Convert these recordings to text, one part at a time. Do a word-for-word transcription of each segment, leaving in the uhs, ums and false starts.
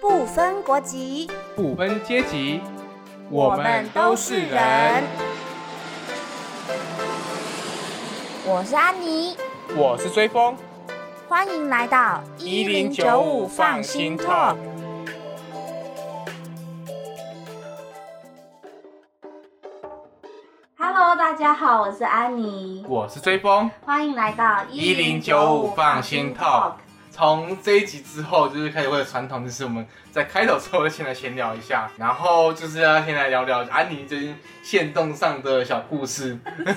不分国籍， 不分阶级， 我们都是人。我是安妮， 我是追风， 欢迎来到一零九五放心 Talk。 Hello， 大家好，我是安妮， 我是追风， 欢迎来到一零九五放心 Talk。从这一集之后，就是开始会有传统，就是我们在开头之后先来闲聊一下，然后就是要先来聊聊安妮最近限动上的小故事。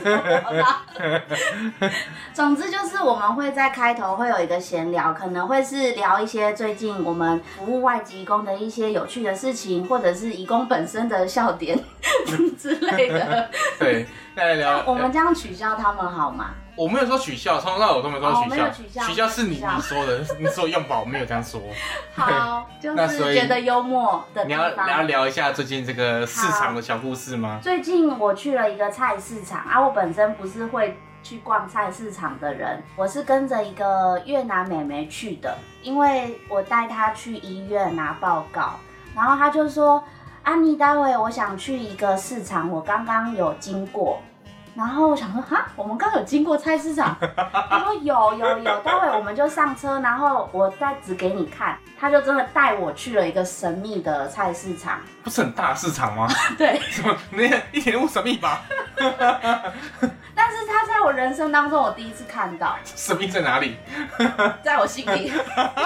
总之就是我们会在开头会有一个闲聊，可能会是聊一些最近我们服务外籍移工的一些有趣的事情，或者是移工本身的笑点之类的。 对，再来聊。 我们这样取笑他们好吗？ 我没有说取笑，从头到尾我都没有说取笑。 哦、取笑， 取笑是你你说的，你说用吧，我没有这样说。 好，就是觉得幽默的地方。 你要你要聊一下最近这个市场的小故事吗？ 最近我去了一个菜市场啊，我本身不是会去逛菜市场的人，我是跟着一个越南妹妹去的，因为我带她去医院拿报告，然后她就说：“安妮，待会我想去一个市场，我刚刚有经过。”然后我想说，哈，我们刚有经过菜市场。他说有有有，待会我们就上车，然后我再指给你看。他就真的带我去了一个神秘的菜市场。 不是很大市场吗？ 对。 什么？那一点都不神秘吧？ 但是他在我人生当中，我第一次看到。 神秘在哪里？ 在我心里。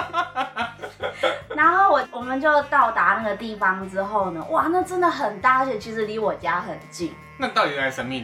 然后我我们就到达那个地方之后呢，哇，那真的很大，而且其实离我家很近。 那到底哪来神秘的？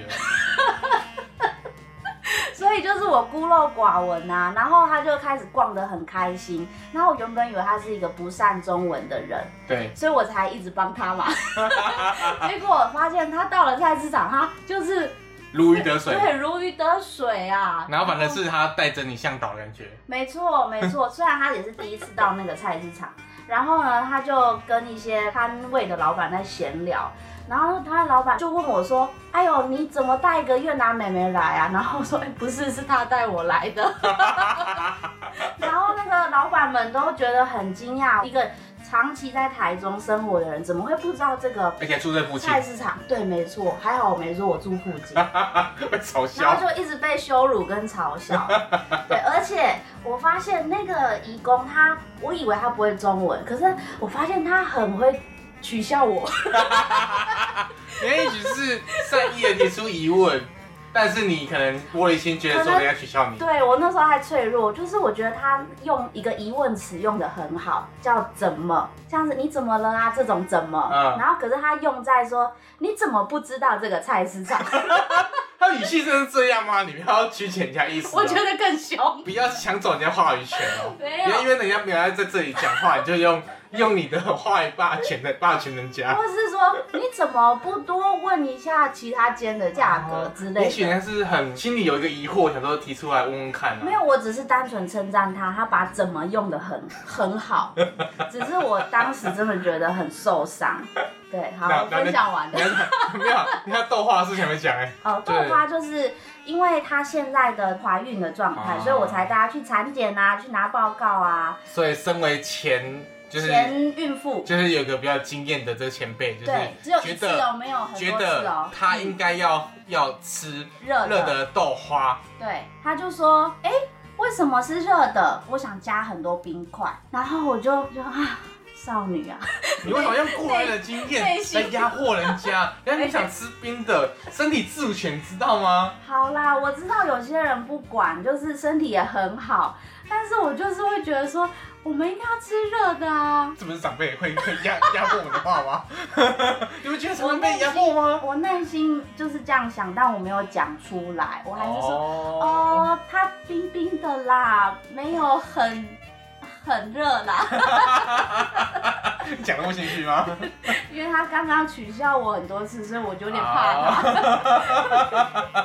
所以就是我孤陋寡闻啊，然后他就开始逛得很开心，然后我原本以为他是一个不善中文的人， 对， 所以我才一直帮他嘛。结果我发现他到了菜市场，他就是如鱼得水， 对，如鱼得水啊。 然后反正是他带着你向导的感觉。 没错没错，虽然他也是第一次到那个菜市场，然后呢，他就跟一些摊位的老板在闲聊。然后他的老板就问我说：“哎呦，你怎么带一个越南妹妹来啊？”然后我说：“哎，不是，是他带我来的。”然后那个老板们都觉得很惊讶，一个长期在台中生活的人怎么会不知道这个？ 而且住在附近菜市场，对，没错，还好我没说我住附近， 被嘲笑， 然后就一直被羞辱跟嘲笑。对，而且我发现那个移工他，我以为他不会中文，可是我发现他很会取笑我。 你也许是善意的提出疑问，但是你可能玻璃心，觉得说人家取笑你。 对，我那时候还脆弱，就是我觉得他用一个疑问词用得很好，叫怎么，像是你怎么了啊这种怎么，嗯、然后可是他用在说你怎么不知道这个菜市场。 他语气真的是这样吗？你不要曲解人家意思、喔。 我觉得更凶。 不要抢走人家话语权哦、喔。 没有， 因为人家没有在这里讲话，你就用用你的话语霸权的霸权人家。 或是说你怎么不多问一下其他间的价格之类的？ 也许人家是很心里有一个疑惑，想说提出来问问看、啊。 没有，我只是单纯称赞他，他把怎么用的很很好。只是我当时真的觉得很受伤。对，好，我分享完了。 没有，你要豆花的事情没讲哎。 哦，豆花就是因为她现在的怀孕的状态，所以我才带她去产检啊，去拿报告啊。 所以身为前就是前孕妇， 就是有个比较经验的这个前辈，就是对，只有一次哦，没有很多次哦。 觉得她应该要、嗯、要吃热热的豆花。 对，他就说，哎、欸，为什么是热的？我想加很多冰块，然后我就就啊。少女啊， 你为什么用过来的经验来压迫人家？人家你想吃冰的，身体自主权，知道吗？ 好啦，我知道有些人不管，就是身体也很好，但是我就是会觉得说，我们应该要吃热的啊。 这不是长辈会压压迫我们的话吗？你们觉得常常被压迫吗？ 我内心就是这样想，但我没有讲出来，我还是说，哦，哦它冰冰的啦，没有很。很热啦， 你讲得不心虚吗？ 因为他刚刚取笑我很多次，所以我就有点怕他。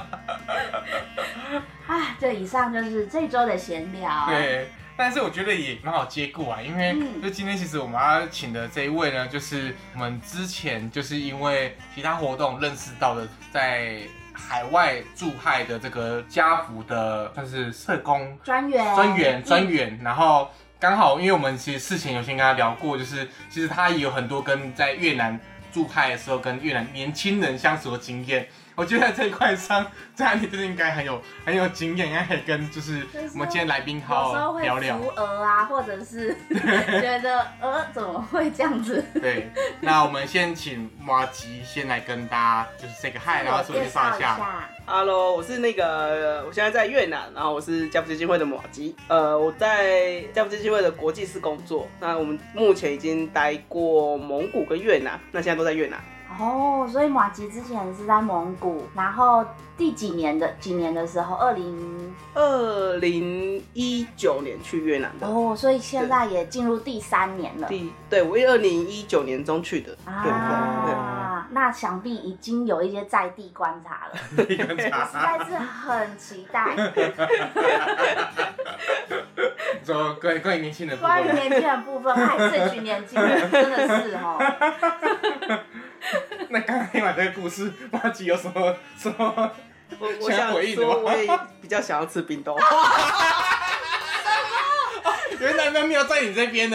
哎，这以上就是这周的闲聊。 对，但是我觉得也蛮好接顾啊，因为就今天其实我们要请的这一位呢，就是我们之前就是因为其他活动认识到的，在海外驻派的这个家福的算是社工专员、 专员、专员，然后刚好因为我们其实事前有先跟他聊过，就是其实他也有很多跟在越南驻派的时候跟越南年轻人相处的经验。我觉得在这一块上，在你这边应该很有很有经验，应该可以跟就是我们今天来宾好好聊聊。 有时候会扶额啊，或者是觉得呃怎么会这样子？ 对，那我们先请麻吉先来跟大家就是 say 个 hi， 然后自我介绍一下。 Hello， 我是那个我现在在越南，然后我是家福基金会的麻吉。呃，我在家福基金会的国际室工作。那我们目前已经待过蒙古跟越南，那现在都在越南。 哦，所以麻吉之前是在蒙古，然后第几年的几年的时候，二零二零一九年去越南的。 哦，所以现在也进入第三年了。 第对，我二零一九年中去的。 啊， 对对对。那想必已经有一些在地观察了， 地观察， 实在是很期待。 说关于关于年轻人部分， 关于年轻人部分，哎，这群年轻人真的是哦。 那刚刚听完这个故事，麻吉有什么什么？ 我我想说，我也比较想要吃冰豆。 原来没有在你这边呢。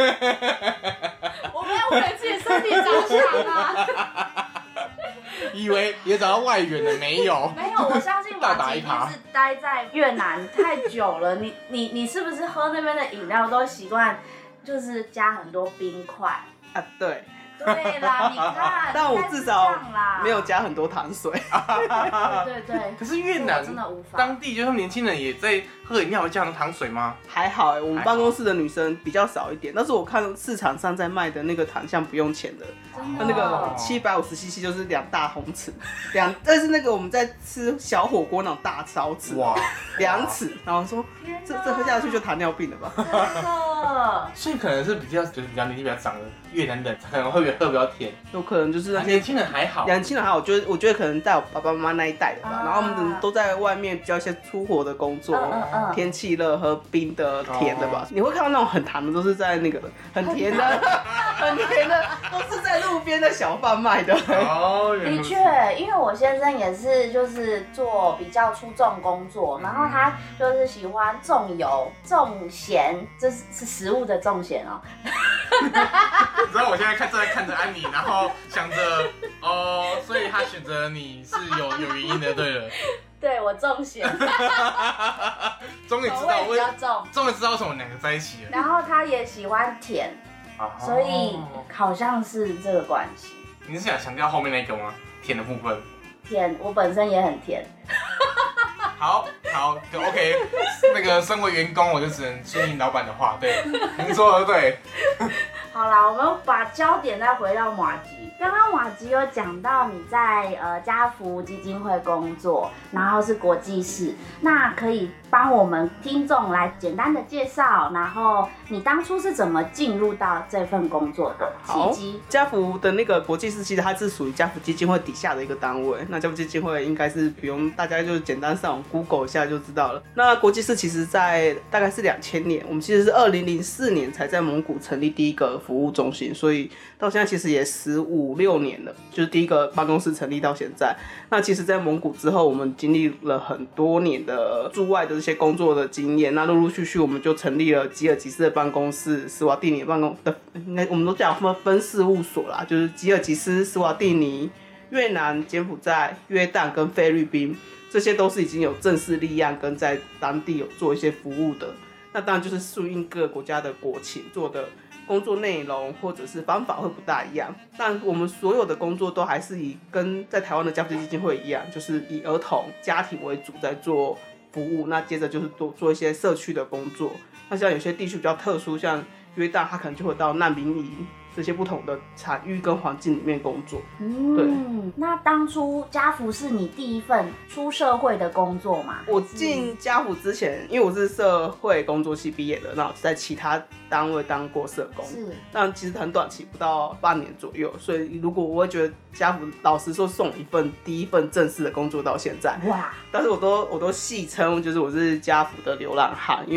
我们要为了自己身体着想啊。 以为也找到外援了，没有。 没有，我相信麻吉是待在越南太久了。你你你是不是喝那边的饮料都习惯，就是加很多冰块啊？对。 对啦，你看， 但我至少没有加很多糖水。 对对对。 可是越南真的无法， 当地就是年轻人也在喝饮料，会加很多糖水吗？ 还好哎、欸，我们办公室的女生比较少一点，但是我看市场上在卖的那个糖像不用钱的， 真的那个七百五十 C C 就是两大红匙，两，但是那个我们在吃小火锅那种大勺匙，哇，两匙，然后说这这喝下去就糖尿病了吧？ 真的。 所以可能是比较就是比较年纪比较长的越南人，可能会喝比较甜， 有可能就是那些年轻人还好， 年轻人还好，我觉得我觉得可能在我爸爸妈妈那一代的吧，啊、然后我们都在外面比较一些粗活的工作，嗯嗯嗯天气热喝冰的甜的吧，哦、你会看到那种很糖的都是在那个很甜的很甜的都是在路边的小贩卖的。 哦， 的确，因为我先生也是就是做比较出重工作，然后他就是喜欢重油重咸，这是是食物的重咸哦。 你知道我现在看正在看着安妮，然后想着哦，所以他选择你是有有原因的，对了。 对我重咸， 终于知道我比较重， 终于知道为什么两个在一起了。 然后他也喜欢甜，哦、所以好像是这个关系。 你是想强调后面那个吗？甜的部分？ 甜，我本身也很甜。 好好 ，OK， 那个身为员工，我就只能顺应老板的话。对，您说的对。 好啦，我们把焦点再回到麻吉。刚刚麻吉有讲到你在呃家福基金会工作，然后是国际室，那可以帮我们听众来简单的介绍，然后你当初是怎么进入到这份工作的契机？ 家福的那个国际室其实它是属于家福基金会底下的一个单位，那家福基金会应该是不用大家就简单上网 Google 一下就知道了。那国际室其实在大概是两千年，我们其实是二零零四年才在蒙古成立第一个服务中心，所以到现在其实也十五六年了，就是第一个办公室成立到现在。那其实在蒙古之后，我们经历了很多年的驻外的这些工作的经验，那陆陆续续我们就成立了吉尔吉斯的办公室、斯瓦蒂尼的办公的，应该我们都讲分分事务所啦，就是吉尔吉斯、斯瓦蒂尼、越南、柬埔寨、约旦跟菲律宾，这些都是已经有正式立案跟在当地有做一些服务的。那当然就是顺应各个国家的国情做的工作内容或者是方法会不大一样，但我们所有的工作都还是以跟在台湾的家福基金会一样，就是以儿童家庭为主在做服务。那接着就是多做一些社区的工作。那像有些地区比较特殊，像约旦，它可能就会到难民营这些不同的产域跟环境里面工作。 嗯，对。那当初家福是你第一份出社会的工作吗？ 我进家福之前，因为我是社会工作系毕业的，那我在其他单位当过社工，是，但其实很短期，不到半年左右。所以如果我会觉得家福老实说送一份第一份正式的工作到现在，哇！但是我都我都戏称就是我是家福的流浪汉，因为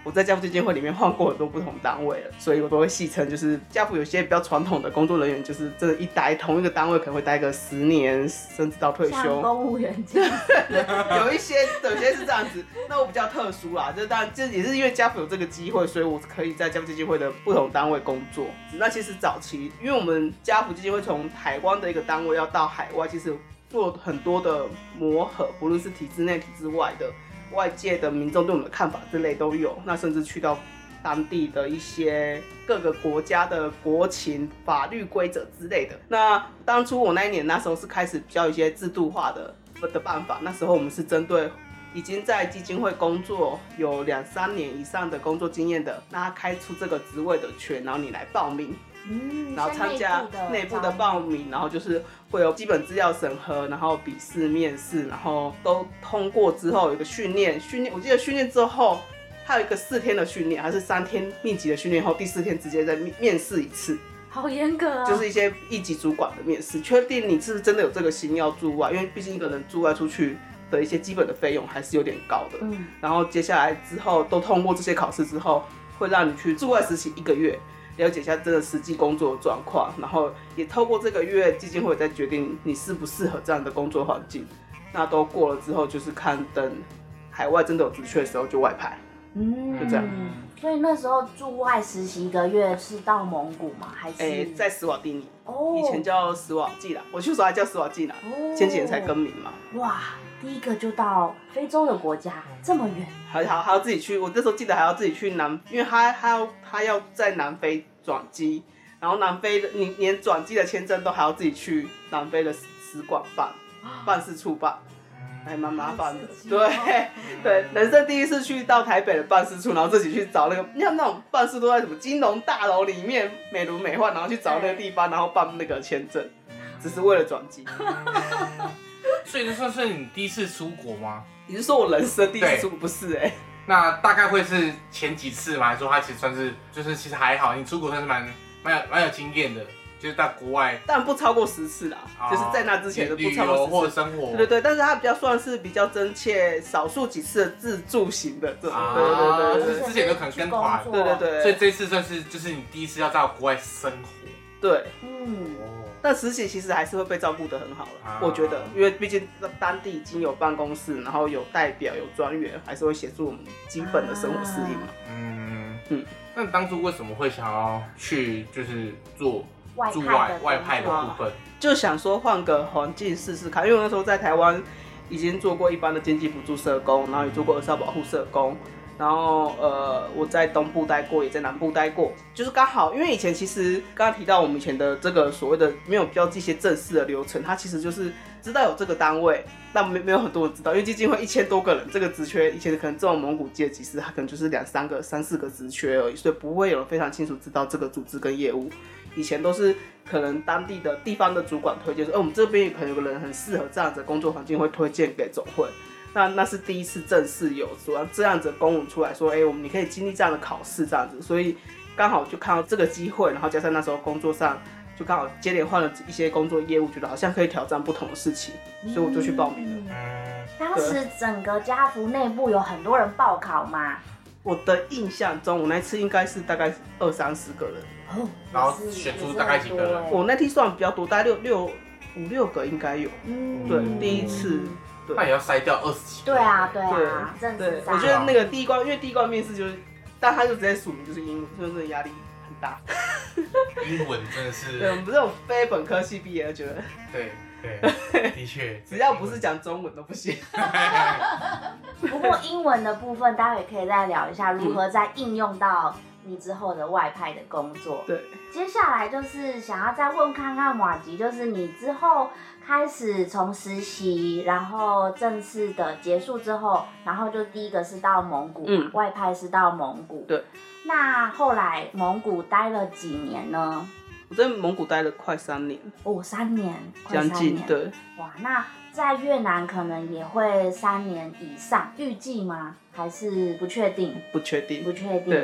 我在家福基金会里面换过很多不同单位了，所以我都会戏称，就是家福有些比较传统的工作人员，就是真的一待同一个单位可能会待个十年，甚至到退休。 像公务员这样有一些有些是这样子，那我比较特殊啦，就当然这也是因为家福有这个机会，所以我可以在家福基金会的不同单位工作。那其实早期，因为我们家福基金会从台湾的一个单位要到海外，其实做很多的磨合，不论是体制内、体制外的。外界的民众对我们的看法之类都有，那甚至去到当地的一些各个国家的国情、法律规则之类的。那当初我那一年那时候是开始比较一些制度化的的办法，那时候我们是针对已经在基金会工作有两三年以上的工作经验的，那他开出这个职位的权，然后你来报名。 嗯， 然后参加内部的报名，然后就是会有基本资料审核，然后笔试、面试，然后都通过之后有一个训练，训练我记得训练之后还有一个四天的训练，还是三天密集的训练后，第四天直接再面试一次， 好严格啊！ 就是一些一级主管的面试，确定你是不是真的有这个心要驻外，因为毕竟一个人驻外出去的一些基本的费用还是有点高的。嗯，然后接下来之后都通过这些考试之后，会让你去驻外实习一个月。了解一下真的实际工作的状况，然后也透过这个月基金会再决定你适不适合这样的工作环境。那都过了之后，就是看等海外真的有职缺的时候就外派，嗯，就这样。 所以那时候驻外实习一个月是到蒙古吗？还是？ 欸、在史瓦蒂尼， 哦， 以前叫史瓦济啦，我去的时候还叫史瓦济啦，哦，前几年才更名嘛。 哇，第一个就到非洲的国家，这么远， 还还还要自己去。我那时候记得还要自己去南，因为他他要他要在南非转机，然后南非的你连转机的签证都还要自己去南非的使馆办，办事处办。还蛮麻烦的，对对，人生第一次去到台北的办事处，然后自己去找那个，你看那种办事都在什么金融大楼里面美轮美奂，然后去找那个地方，然后办那个签证，只是为了转机。 所以这算是你第一次出国吗？ 你是说我人生第一次出国？不是哎、欸。 那大概会是前几次嘛？还是说它其实算是，就是其实还好，你出国算是蛮蛮有蛮有经验的。就是在国外， 但不超过十次啦，哦、就是在那之前的不超过十次。 旅游或生活， 对对对，但是它比较算是比较真切，少数几次的自助型的这种。 啊、 对对对， 就是之前都可能跟团。 对对对。 所以这次算是就是你第一次要到国外生活。 对，嗯。但实习其实还是会被照顾得很好了，啊、我觉得，因为毕竟当地已经有办公室，然后有代表、有专员，还是会协助我们基本的生活适应嘛。 嗯嗯。那你当初为什么会想要去就是做？驻外外派的部分， 就想说换个环境试试看，因为我那时候在台湾已经做过一般的经济辅助社工，然后也做过儿少保护社工，然后呃我在东部待过，也在南部待过，就是刚好，因为以前其实刚刚提到我们以前的这个所谓的没有标记一些正式的流程，它其实就是知道有这个单位，但没没有很多人知道，因为基金会一千多个人，这个职缺以前可能这种蒙古籍的技师，他可能就是两三个、三四个职缺而已，所以不会有人非常清楚知道这个组织跟业务。以前都是可能当地的地方的主管推荐说，哎、欸，我们这边可能有个人很适合这样子的工作环境，会推荐给总会。那那是第一次正式有说这样子的公文出来说，哎、欸，我们你可以经历这样的考试这样子，所以刚好就看到这个机会，然后加上那时候工作上就刚好接连换了一些工作业务，觉得好像可以挑战不同的事情，所以我就去报名了。 嗯、当时整个家福内部有很多人报考吗？ 我的印象中，我那次应该是大概二三十个人。 哦， 然后选出大概几个人？ 我那天算比较多，大概六六五六个应该有。嗯，对，第一次，对， 那也要筛掉二十几个。 对啊，对啊，对，对， 我觉得那个第一关，因为第一关面试就是，但他就直接署名就是英文，所以真的压力很大。 英文真的是， 对，我们不是这种非本科系毕业，觉得对对，的确， 只要不是讲中文都不行。 不过英文的部分，待会可以再聊一下如何再应用到你之后的外派的工作。 对， 接下来就是想要再问看看马吉，就是你之后开始从实习，然后正式的结束之后，然后就第一个是到蒙古，嗯，外派是到蒙古。 对， 那后来蒙古待了几年呢？ 我在蒙古待了快三年。 哦，三年， 将近，对。 哇，那在越南可能也会三年以上，预计吗？还是不确定？ 不确定， 不确定。 对。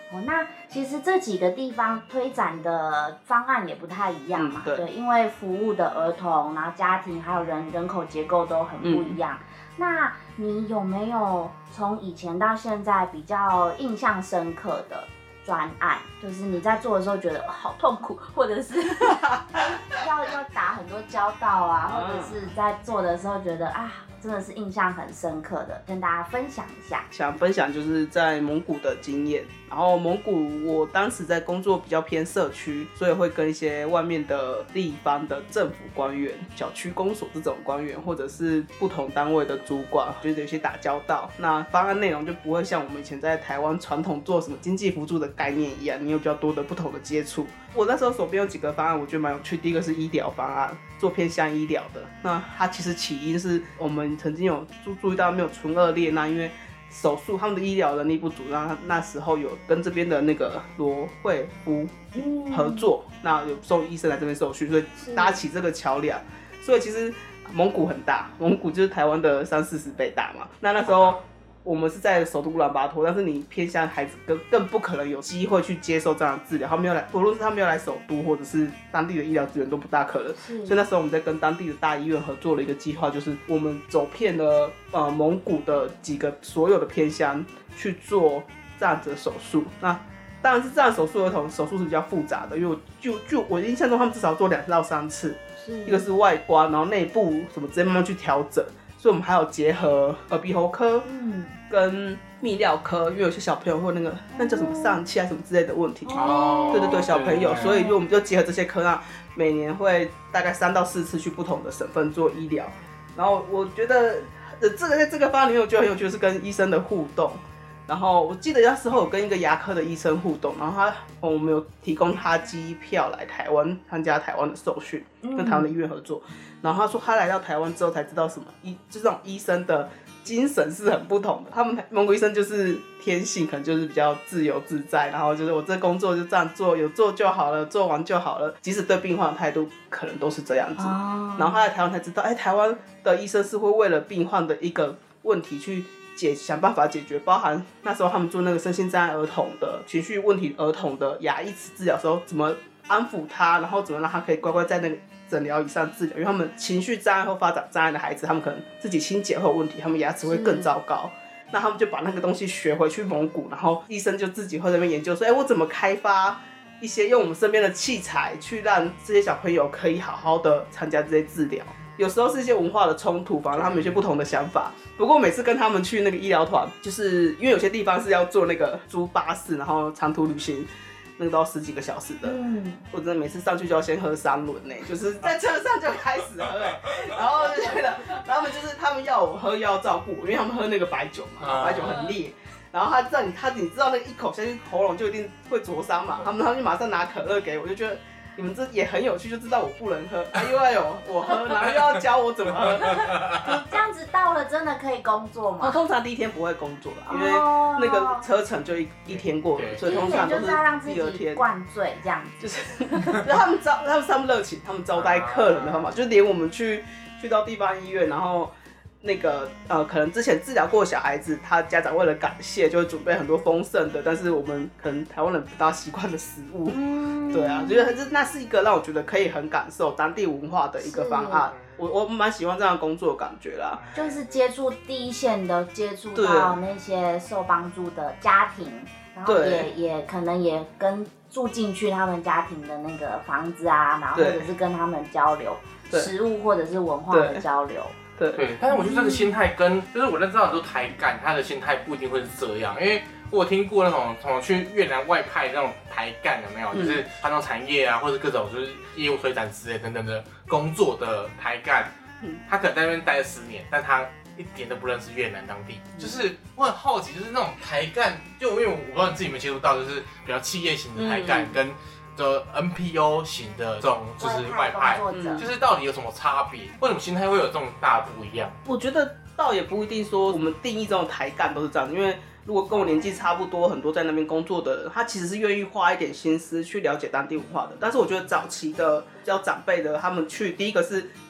哦，那其实这几个地方推展的方案也不太一样嘛， 嗯、对, 对，因为服务的儿童，然后家庭还有人人口结构都很不一样。嗯、那你有没有从以前到现在比较印象深刻的专案？就是你在做的时候觉得、哦、好痛苦，或者是要要打很多交道啊，或者是在做的时候觉得啊。真的是印象很深刻的，跟大家分享一下。 想分享就是在蒙古的经验，然后蒙古我当时在工作比较偏社区，所以会跟一些外面的地方的政府官员、小区公所这种官员，或者是不同单位的主管，就是有些打交道。那方案内容就不会像我们以前在台湾传统做什么经济辅助的概念一样，你有比较多的不同的接触。我那时候手边有几个方案，我觉得蛮有趣。第一个是医疗方案，做偏向医疗的。那它其实起因是我们曾经有注注意到没有纯恶劣，那因为手术他们的医疗能力不足，那那时候有跟这边的那个罗惠夫合作，嗯、那有送医生来这边受训，所以搭起这个桥梁。所以其实蒙古很大，蒙古就是台湾的三四十倍大嘛。那那时候。我们是在首都乌兰巴托，但是你偏向孩子更更不可能有机会去接受这样的治疗。他们要来，无论是他们要来首都，或者是当地的医疗资源都不大可能。所以那时候我们在跟当地的大医院合作了一个计划，就是我们走遍了呃蒙古的几个所有的偏乡去做这样子的手术。那当然是这样手术儿童手术是比较复杂的，因为我就就我印象中他们至少做两到三次，一个是外观，然后内部什么直接慢慢去调整。所以我们还有结合耳鼻喉科跟泌尿科，因为有些小朋友会那个那叫什么疝气啊什么之类的问题， 哦， 对对对，小朋友，所以就我们就结合这些科，那每年会大概三到四次去不同的省份做医疗。然后我觉得，呃，这个在这个方案里面，我觉得很有趣的是跟医生的互动。然后我记得那时候有跟一个牙科的医生互动，然后他我们有提供他机票来台湾参加台湾的受训，跟台湾的医院合作。然后他说他来到台湾之后才知道什么医，就这种医生的精神是很不同的。他们蒙古医生就是天性可能就是比较自由自在，然后就是我这工作就这样做，有做就好了，做完就好了，即使对病患的态度可能都是这样子。哦、然后他来台湾才知道，哎，台湾的医生是会为了病患的一个问题去。解想办法解决，包含那时候他们做那个身心障碍儿童的情绪问题儿童的牙医治疗的时候，怎么安抚他，然后怎么让他可以乖乖在那个诊疗椅上治疗，因为他们情绪障碍或发展障碍的孩子，他们可能自己清洁会有问题，他们牙齿会更糟糕。那他们就把那个东西学回去蒙古，然后医生就自己会在那边研究说，哎，我怎么开发一些用我们身边的器材，去让这些小朋友可以好好的参加这些治疗。有时候是一些文化的冲突，反而他们有些不同的想法。不过每次跟他们去那个医疗团，就是因为有些地方是要坐那个租巴士，然后长途旅行，那个都要十几个小时的。嗯，我真的每次上去就要先喝三轮呢，就是在车上就开始喝哎，然后就觉得，然后他们就是他们要我喝，要照顾我，因为他们喝那个白酒嘛，白酒很烈。然后他知道你，他你知道那个一口下去喉咙就一定会灼伤嘛，他们他们就马上拿可乐给我，就觉得。你们这也很有趣，就知道我不能喝，哎，又要有我喝，然后又要教我怎么喝。 这样子到了真的可以工作吗？ 我通常第一天不会工作啦，因为那个车程就一一天过了，所以通常都是第二天灌醉这样子。就是， 就是他们招，他们他们热情，他们招待客人的方法，就是连我们去去到地方医院，然后。那个呃，可能之前治疗过的小孩子，他家长为了感谢，就会准备很多丰盛的，但是我们可能台湾人不大习惯的食物。嗯，对啊，觉得那是一个让我觉得可以很感受当地文化的一个方案。我我蛮喜欢这样的工作的感觉啦， 就是接触第一线的，接触到那些受帮助的家庭，然后也也可能也跟住进去他们家庭的那个房子啊，然后或者是跟他们交流食物或者是文化的交流。 对, 对，但是我觉得这个心态跟，就是我认知到很多台干，他的心态不一定会是这样，因为我有听过那种什么去越南外派那种台干有没有，嗯、就是传统产业啊，或者各种就是业务推展之类等等的工作的台干，嗯、他可能在那边待了十年，但他一点都不认识越南当地。嗯、就是我很好奇，就是那种台干，就因为我不知道你自己有没有接触到，就是比较企业型的台干、嗯、跟。的 N P O 型的这种就是外派，就是到底有什么差别？为什么心态会有这种大不一样？ 我觉得倒也不一定说我们定义这种台干都是这样，因为如果跟我年纪差不多，很多在那边工作的人，他其实是愿意花一点心思去了解当地文化的。但是我觉得早期的比较长辈的，他们去第一个是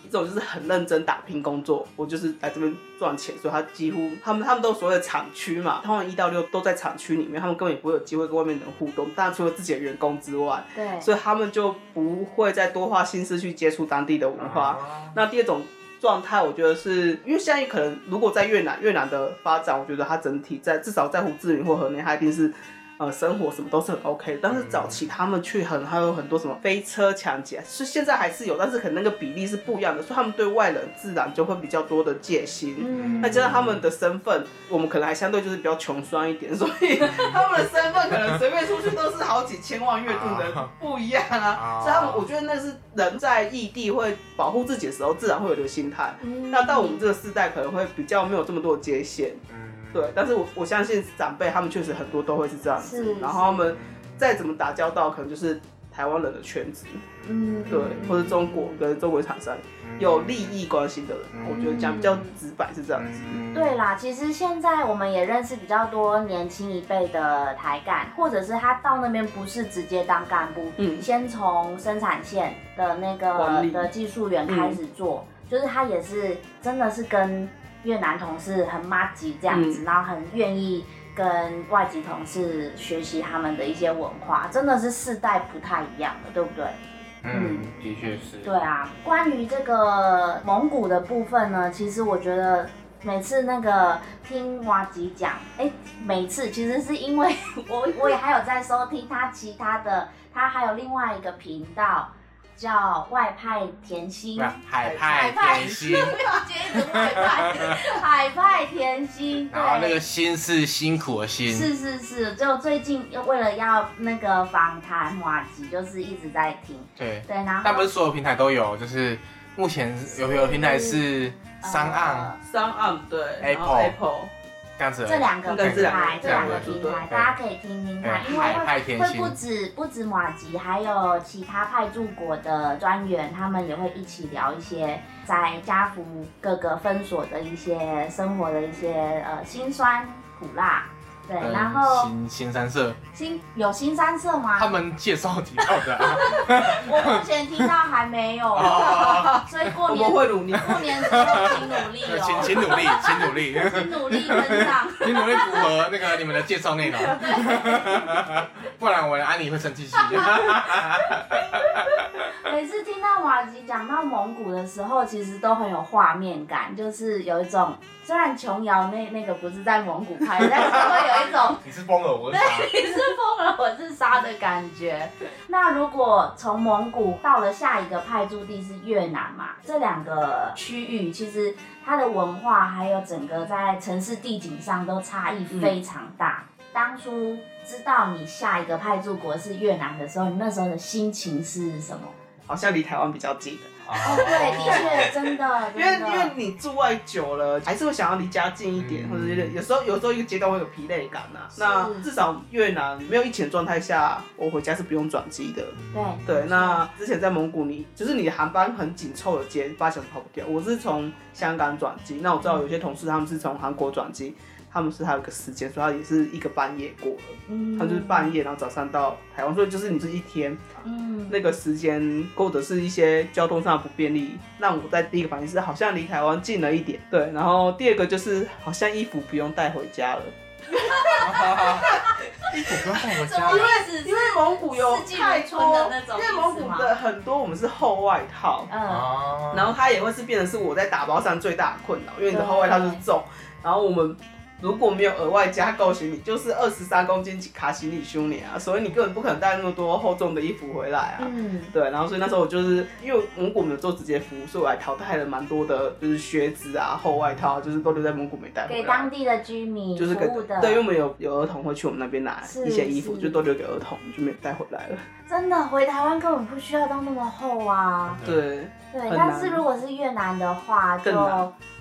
这种就是很认真打拼工作，我就是来这边赚钱，所以他几乎他们他们都所谓的厂区嘛，他们一到六都在厂区里面，他们根本也不会有机会跟外面的人互动，当然除了自己的员工之外， 对， 所以他们就不会再多花心思去接触当地的文化。那第二种状态，我觉得是因为现在可能如果在越南，越南的发展，我觉得它整体在至少在胡志明或河内，它一定是。呃，生活什么都是很 OK 的，但是早期他们去很还有很多什么飞车抢劫，是现在还是有，但是可能那个比例是不一样的，所以他们对外人自然就会比较多的戒心。嗯，那加上他们的身份，我们可能还相对就是比较穷酸一点，所以他们的身份可能随便出去都是好几千万月度的，不一样啊。所以他们，我觉得那是人在异地会保护自己的时候，自然会有这个心态。嗯，那到我们这个世代，可能会比较没有这么多的界限。对，但是我我相信长辈他们确实很多都会是这样子，然后他们再怎么打交道，可能就是台湾人的圈子，嗯，对，或者中国跟中国厂商有利益关系的人，嗯、我觉得讲比较直白是这样子。 对啦，其实现在我们也认识比较多年轻一辈的台干，或者是他到那边不是直接当干部，嗯，先从生产线的那个的技术员开始做，嗯、就是他也是真的是跟越南同事很麻吉这样子，嗯、然后很愿意跟外籍同事学习他们的一些文化，真的是世代不太一样的，对不对？ 嗯，的确是。 对啊，关于这个蒙古的部分呢，其实我觉得每次那个听瓦吉讲，哎，每次其实是因为我我也还有在收听他其他的，他还有另外一个频道。叫外派甜心， 海派甜心， 接着外派，海派甜心， 然后那个心是辛苦的心， 是是是，就最近为了要那个访谈瓦吉，就是一直在听， 对对，然后但不是所有平台都有，就是目前有有平台是商岸， 商岸对 ，Apple Apple。 这两个平台，这两个平台，大家可以听听看，因为会会不止不止马吉，还有其他派驻国的专员，他们也会一起聊一些在家福各个分所的一些生活的一些呃辛酸苦辣。对，嗯、然后新新三社， 新有新三社吗？ 他们介绍提到的、啊， 我目前听到还没有，哦、所以过年我们会努力， 过年之后请努力哦， 请请努力，请努力， 请努力跟上， 请努力符合那个你们的介绍内容，不然我的安妮会生气气。 每次听到瓦吉讲到蒙古的时候，其实都很有画面感，就是有一种虽然琼瑶那那个不是在蒙古拍，但是会有一种你是疯了，我是傻， 对，你是疯了，我是傻的感觉。那如果从蒙古到了下一个派驻地是越南嘛，这两个区域其实它的文化还有整个在城市地景上都差异非常大。嗯、当初知道你下一个派驻国是越南的时候，你那时候的心情是什么？ 好像离台湾比较近的。 哦，对，的确，真的， 因为因为你住外久了，还是会想要离家近一点，嗯、或者有时候有时候一个阶段会有疲累感呐、啊。那至少越南没有疫情的状态下，我回家是不用转机的。 对对，那之前在蒙古你，就是你的航班很紧凑的接，八小时跑不掉。我是从香港转机，那我知道有些同事他们是从韩国转机。他们是还有个时间，所以他也是一个半夜过了，嗯、他就是半夜，然后早上到台湾，所以就是你这一天，嗯、那个时间或者是一些交通上的不便利，让我在第一个反应是好像离台湾近了一点，对，然后第二个就是好像衣服不用带回家了。 衣服不用带回家， 因为因为蒙古有太多， 因为蒙古的很多我们是厚外套，嗯，然后它也会是变成是我在打包上最大的困扰，因为你的厚外套是重。然后我们如果没有额外加购行李，就是二十三公斤卡行李箱啊，所以你根本不可能带那么多厚重的衣服回来啊。嗯，对，然后所以那时候我就是因为蒙古没有做直接服务，所以我还淘汰了蛮多的，就是靴子啊、厚外套，就是都留在蒙古没带回来。 给当地的居民就是给服务的。 对，因为我们有有儿童会去我们那边拿一些衣服，就都留给儿童，就没有带回来了。 真的，回台湾根本不需要到那么厚啊。 对。 对，但是如果是越南的话，就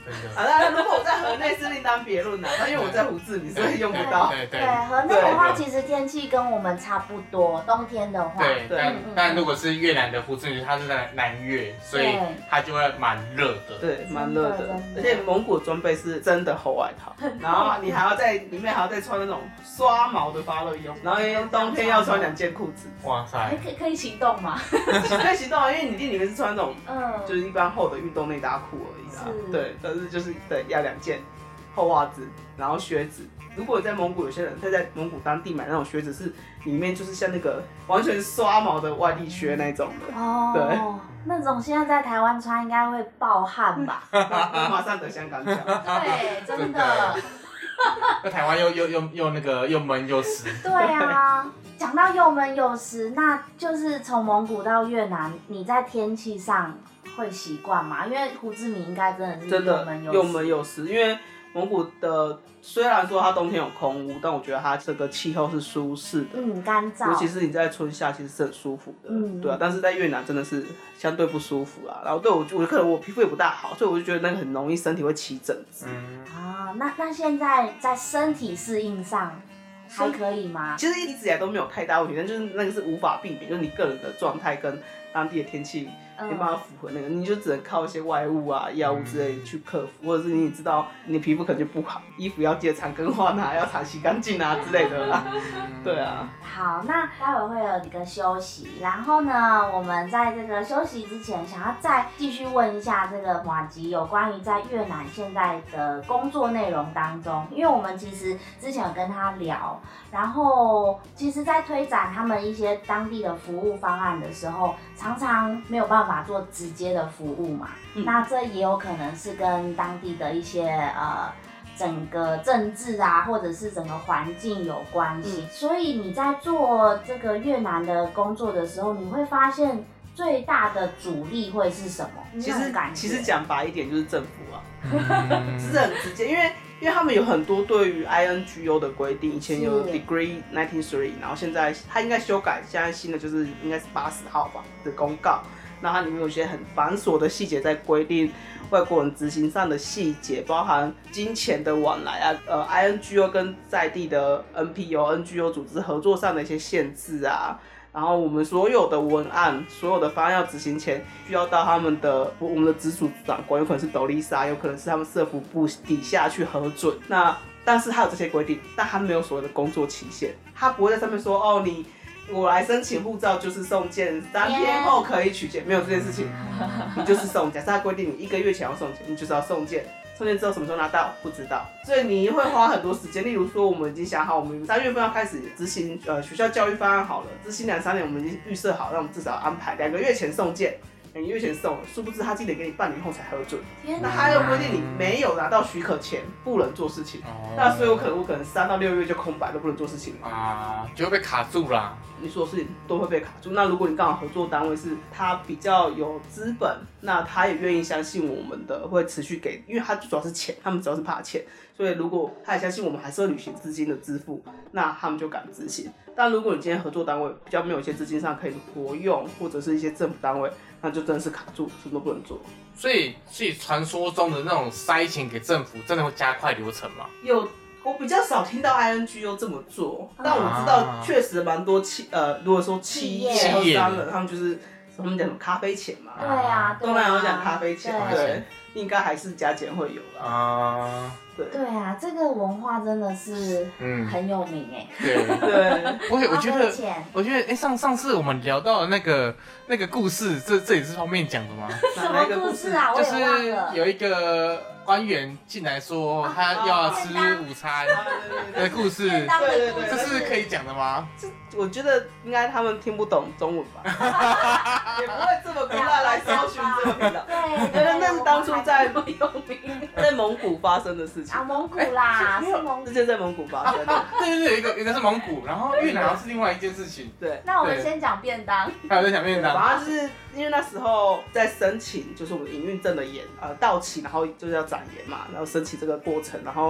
真的。 啊，当然，如果我在河内是另当别论啦，那因为我在胡志明，所以用不到。 对对对，河内的话，其实天气跟我们差不多，冬天的话。 对，但嗯但如果是越南的胡志明，它是在南越，所以它就会蛮热的。 对，蛮热的，而且蒙古装备是真的厚外套，然后你还要在里面还要再穿那种刷毛的发热衣，然后冬天要穿两件裤子。 哇塞！ 可以可以行动吗？ 可以行动啊，因为你店里面是穿那种， 嗯， 就是一般厚的运动内搭裤而已啦。对，但是就是对要两件厚袜子，然后靴子。如果在蒙古，有些人他在蒙古当地买那种靴子，是里面就是像那个完全刷毛的外力靴那种的。 哦， 对， 那种现在在台湾穿应该会爆汗吧？ 马上得香港脚。 对，真的。 在台湾又又又又那个又闷又湿。 对啊，讲到又闷又湿，那就是从蒙古到越南，你在天气上会习惯吗？因为胡志明应该真的是真的又闷又湿，因为蒙古的虽然说它冬天有空污，但我觉得它这个气候是舒适的， 嗯，干燥， 尤其是你在春夏其实是很舒服的，嗯，对啊。但是在越南真的是相对不舒服啦。然后对我，我可能我皮肤也不大好，所以我就觉得那个很容易身体会起疹子。 嗯啊，那那现在在身体适应上还可以吗？ 其实一直以来都没有太大问题，但就是那个是无法避免，就是你个人的状态跟当地的天气没办法符合那个，你就只能靠一些外物啊、药物之类去克服，或者是你也知道你的皮肤可能就不好，衣服要记得常更换啊，要常洗干净啊之类的啦。对啊。 好，那待会会有一个休息，然后呢，我们在这个休息之前，想要再继续问一下这个马吉有关于在越南现在的工作内容当中，因为我们其实之前有跟他聊，然后其实在推展他们一些当地的服务方案的时候，常常没有办法做直接的服务嘛，嗯、那这也有可能是跟当地的一些呃整个政治啊，或者是整个环境有关系。嗯、所以你在做这个越南的工作的时候，你会发现最大的阻力会是什么？ 其实其实讲白一点就是政府啊，是很直接，因为。因为他们有很多对于 I N G O 的规定，以前有 Decree 一九三三，然后现在它应该修改，现在新的就是应该是八十号吧的公告。那它里面有一些很繁琐的细节在规定外国人执行上的细节，包含金钱的往来啊，呃 I N G O 跟在地的 N P O、N G O 组织合作上的一些限制啊。然后我们所有的文案、所有的方案要执行前，需要到他们的我们的直属长官，有可能是斗笠莎，有可能是他们社服部底下去核准。那但是他有这些规定，但他没有所谓的工作期限，他不会在上面说哦，你我来申请护照就是送件，三天后可以取件，没有这件事情，你就是送。假设他规定你一个月前要送件，你就是要送件。送件之后什么时候拿到不知道，所以你会花很多时间。例如说，我们已经想好，我们三月份要开始执行呃学校教育方案好了，这新两三年我们已经预设好，让我们至少安排两个月前送件，两个月前送了，殊不知他记得给你半年后才核准。那他又规定你没有拿到许可前不能做事情，哦、那所以我可能我可能三到六月就空白都不能做事情啊，就会被卡住啦。 你所有事情都会被卡住。那如果你刚好合作单位是他比较有资本，那他也愿意相信我们的，会持续给，因为他主要是钱，他们主要是怕钱，所以如果他也相信我们还是会履行资金的支付，那他们就敢执行。但如果你今天合作单位比较没有一些资金上可以活用，或者是一些政府单位，那就真的是卡住，什么都不能做。 所以，所以传说中的那种塞钱给政府，真的会加快流程吗？ 有。我比较少听到 I N G O 这么做，但我知道确实蛮多企呃，如果说企业和商人，他们就是他们讲什么咖啡钱嘛， 对啊， 东南亚讲咖啡钱，对，应该还是加减会有啦。啊， 对对啊，这个文化真的是很有名哎。 对对， 我我觉得我觉得哎，上上次我们聊到的那个那个故事，这这也是方便讲的吗？ 什么故事啊？我也忘了。 就是有一个官员进来说他要吃午餐的故事， 对对对， 这是可以讲的吗？ 这我觉得应该他们听不懂中文吧，也不会这么快来搜寻这个频道。对，那是当初在在蒙古发生的事情啊，蒙古啦，是蒙古， 之前在蒙古发生的。 对对对，一个一个是蒙古，然后越南是另外一件事情。 对， 那我们先讲便当。 还有在讲便当， 反正就是因为那时候在申请，就是我们营运证的延呃到期，然后就是要展延嘛，然后申请这个过程，然后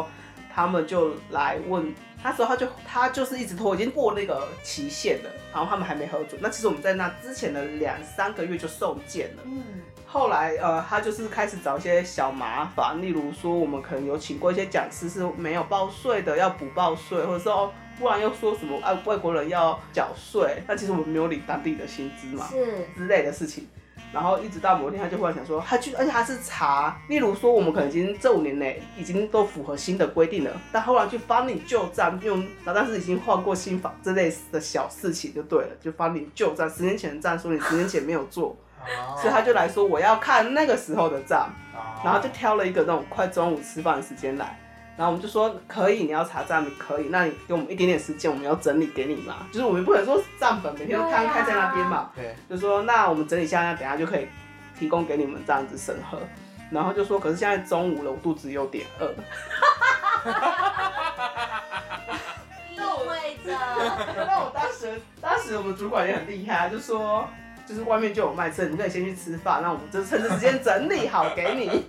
他们就来问，那时候他就他就是一直拖，已经过那个期限了，然后他们还没核准。那其实我们在那之前的两三个月就送件了。嗯，后来呃，他就是开始找一些小麻烦，例如说我们可能有请过一些讲师是没有报税的，要补报税，或者说哦，不然又说什么啊外国人要缴税，那其实我们没有领当地的薪资嘛， 是之类的事情。然后一直到某天，他就忽然想说，他去，而且他是查，例如说我们可能已经这五年内已经都符合新的规定了，但后来去翻你旧账，用但是已经换过新法之类的小事情就对了，就翻你旧账，十年前的账说你十年前没有做，所以他就来说我要看那个时候的账，然后就挑了一个那种快中午吃饭的时间来。然后我们就说可以，你要查账可以，那你给我们一点点时间，我们要整理给你嘛。就是我们不能说账本每天都摊开在那边嘛。 对。 就说那我们整理一下，那等一下就可以提供给你们这样子审核。然后就说，可是现在中午了，我肚子有点饿。 意味着。 那我当时，当时我们主管也很厉害，就说就是外面就有卖吃，你可以先去吃饭，那我们就趁这时间整理好给你。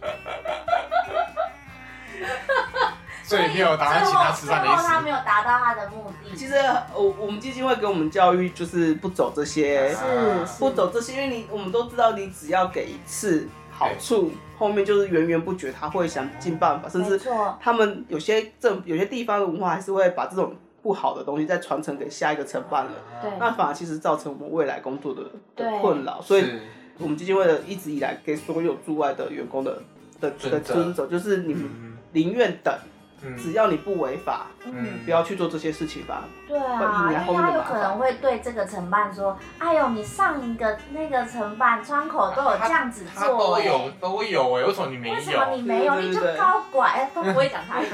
所以没有打算请他吃饭的意思。 最后他没有达到他的目的。 其实我我们基金会给我们教育就是不走这些， 是不走这些，因为你我们都知道，你只要给一次好处，后面就是源源不绝，他会想尽办法，甚至他们有些政有些地方的文化还是会把这种不好的东西再传承给下一个承办人， 对， 那反而其实造成我们未来工作的的困扰，所以我们基金会的一直以来给所有驻外的员工的的的遵守，就是你们宁愿等。嗯、只要你不违法，嗯，不要去做这些事情吧。 对啊，因为他有可能会对这个承办说：“哎呦，你上一个那个承办窗口都有这样子做、欸， 都有都有哎、欸，为什么你没有？ 为什么你没有？对对对，你就高拐，哎、欸，都不会讲台语。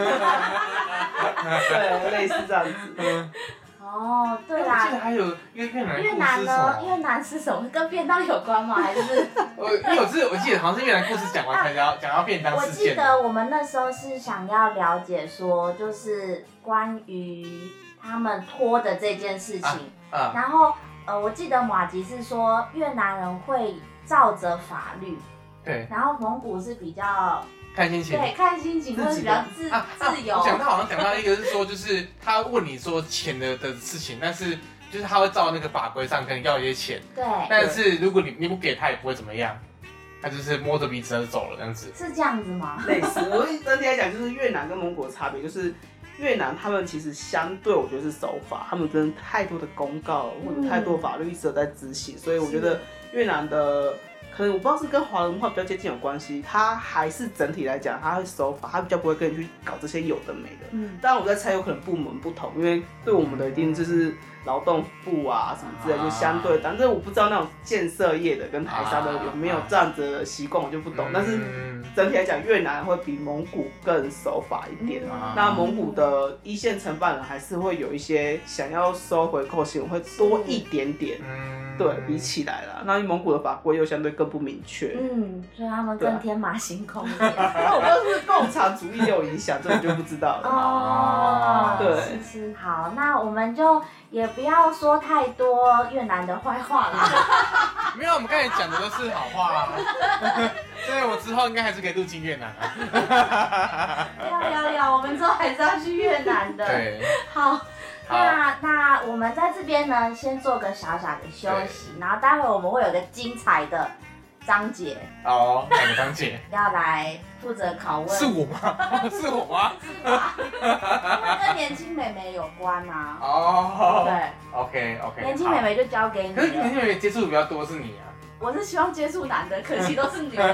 对，类似这样子。嗯哦，对啦， 我记得还有一个越南越南呢？越南是什么？跟便当有关吗？还是？ 我因为我是我记得好像是越南故事讲完才讲讲到便当事件。 我记得我们那时候是想要了解说，就是关于他们拖的这件事情。啊啊、然后呃，我记得马吉是说越南人会照着法律， 对， 然后蒙古是比较。 看心情， 对，看心情会比较自啊自由。 我想他好像讲到一个是说，就是他问你说钱的的事情，但是就是他会照那个法规上跟你要一些钱， 对。 但是如果你你不给他也不会怎么样，他就是摸着鼻子就走了这样子。 是这样子吗？ 类似，我整体来讲就是越南跟蒙古的差别，就是越南他们其实相对我觉得是守法，他们真的太多的公告或者太多法律一直在执行，所以我觉得越南的。可能我不知道是跟华人文化比较接近有关系，他还是整体来讲，他会守法，他比较不会跟你去搞这些有的没的。嗯，当然我在猜，有可能部门不同，因为对我们的一定就是劳动部啊什么之类，就相对，但是我不知道那种建设业的跟台商的有没有这样子的习惯，我就不懂。但是整体来讲，越南会比蒙古更守法一点。那蒙古的一线承办人还是会有一些想要收回扣薪，会多一点点。对比起来啦，那蒙古的法规又相对更不明确， 嗯，所以他们更天马行空一点。 那我不知道是不是共产主义有影响，这我就不知道了。 哦， 对， 是是。好，那我们就也不要说太多越南的坏话了。 没有，我们刚才讲的都是好话啊。所以我之后应该还是可以入境越南啊。要要要，我们之后还是要去越南的。 对， 好。那那我们在这边呢，先做个小小的休息，然后待会我们会有个精彩的章节哦，哪个章节？ 要来负责拷问。 是我吗？是我吗？ 是吧？因为跟年轻美眉有关啊。 哦。 对。 OK OK。 年轻美眉就交给你了。 可是年轻美眉接触的比较多是你啊。 我是希望接触男的，可惜都是女的。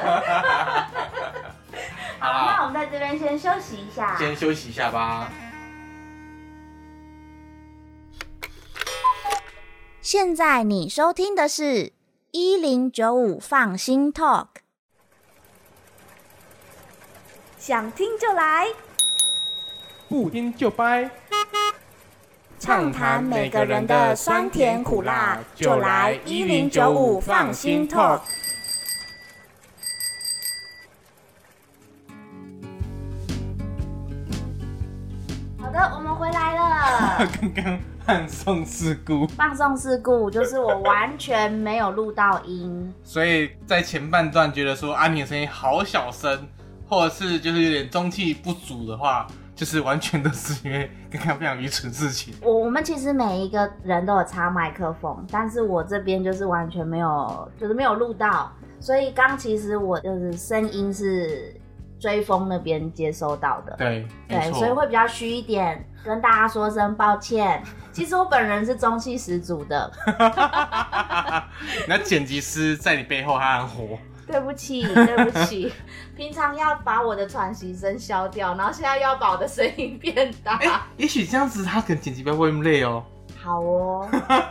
好，那我们在这边先休息一下。 先休息一下吧。 现在你收听的是一零九五放心 Talk， 想听就来， 不听就掰， 畅谈每个人的酸甜苦辣，就来一零九五放心 Talk。好的，我们回来了。 刚刚放送事故， 放送事故就是我完全没有录到音， 所以在前半段觉得说安妮的声音好小声，或者是就是有点中气不足的话，就就是完全都是因为刚刚非常愚蠢的事情。 我我们其实每一个人都有插麦克风，但是我这边就是完全没有，就是没有录到，所以刚其实我就是声音是追风那边接收到的， 对， 对，所以会比较虚一点，跟大家说声抱歉。其实我本人是中气十足的， 那剪辑师在你背后还很活。 对不起，对不起，平常要把我的喘息声消掉，然后现在又要把我的声音变大。 哎、欸，也许这样子他可能剪辑不会那么累哦。 好哦。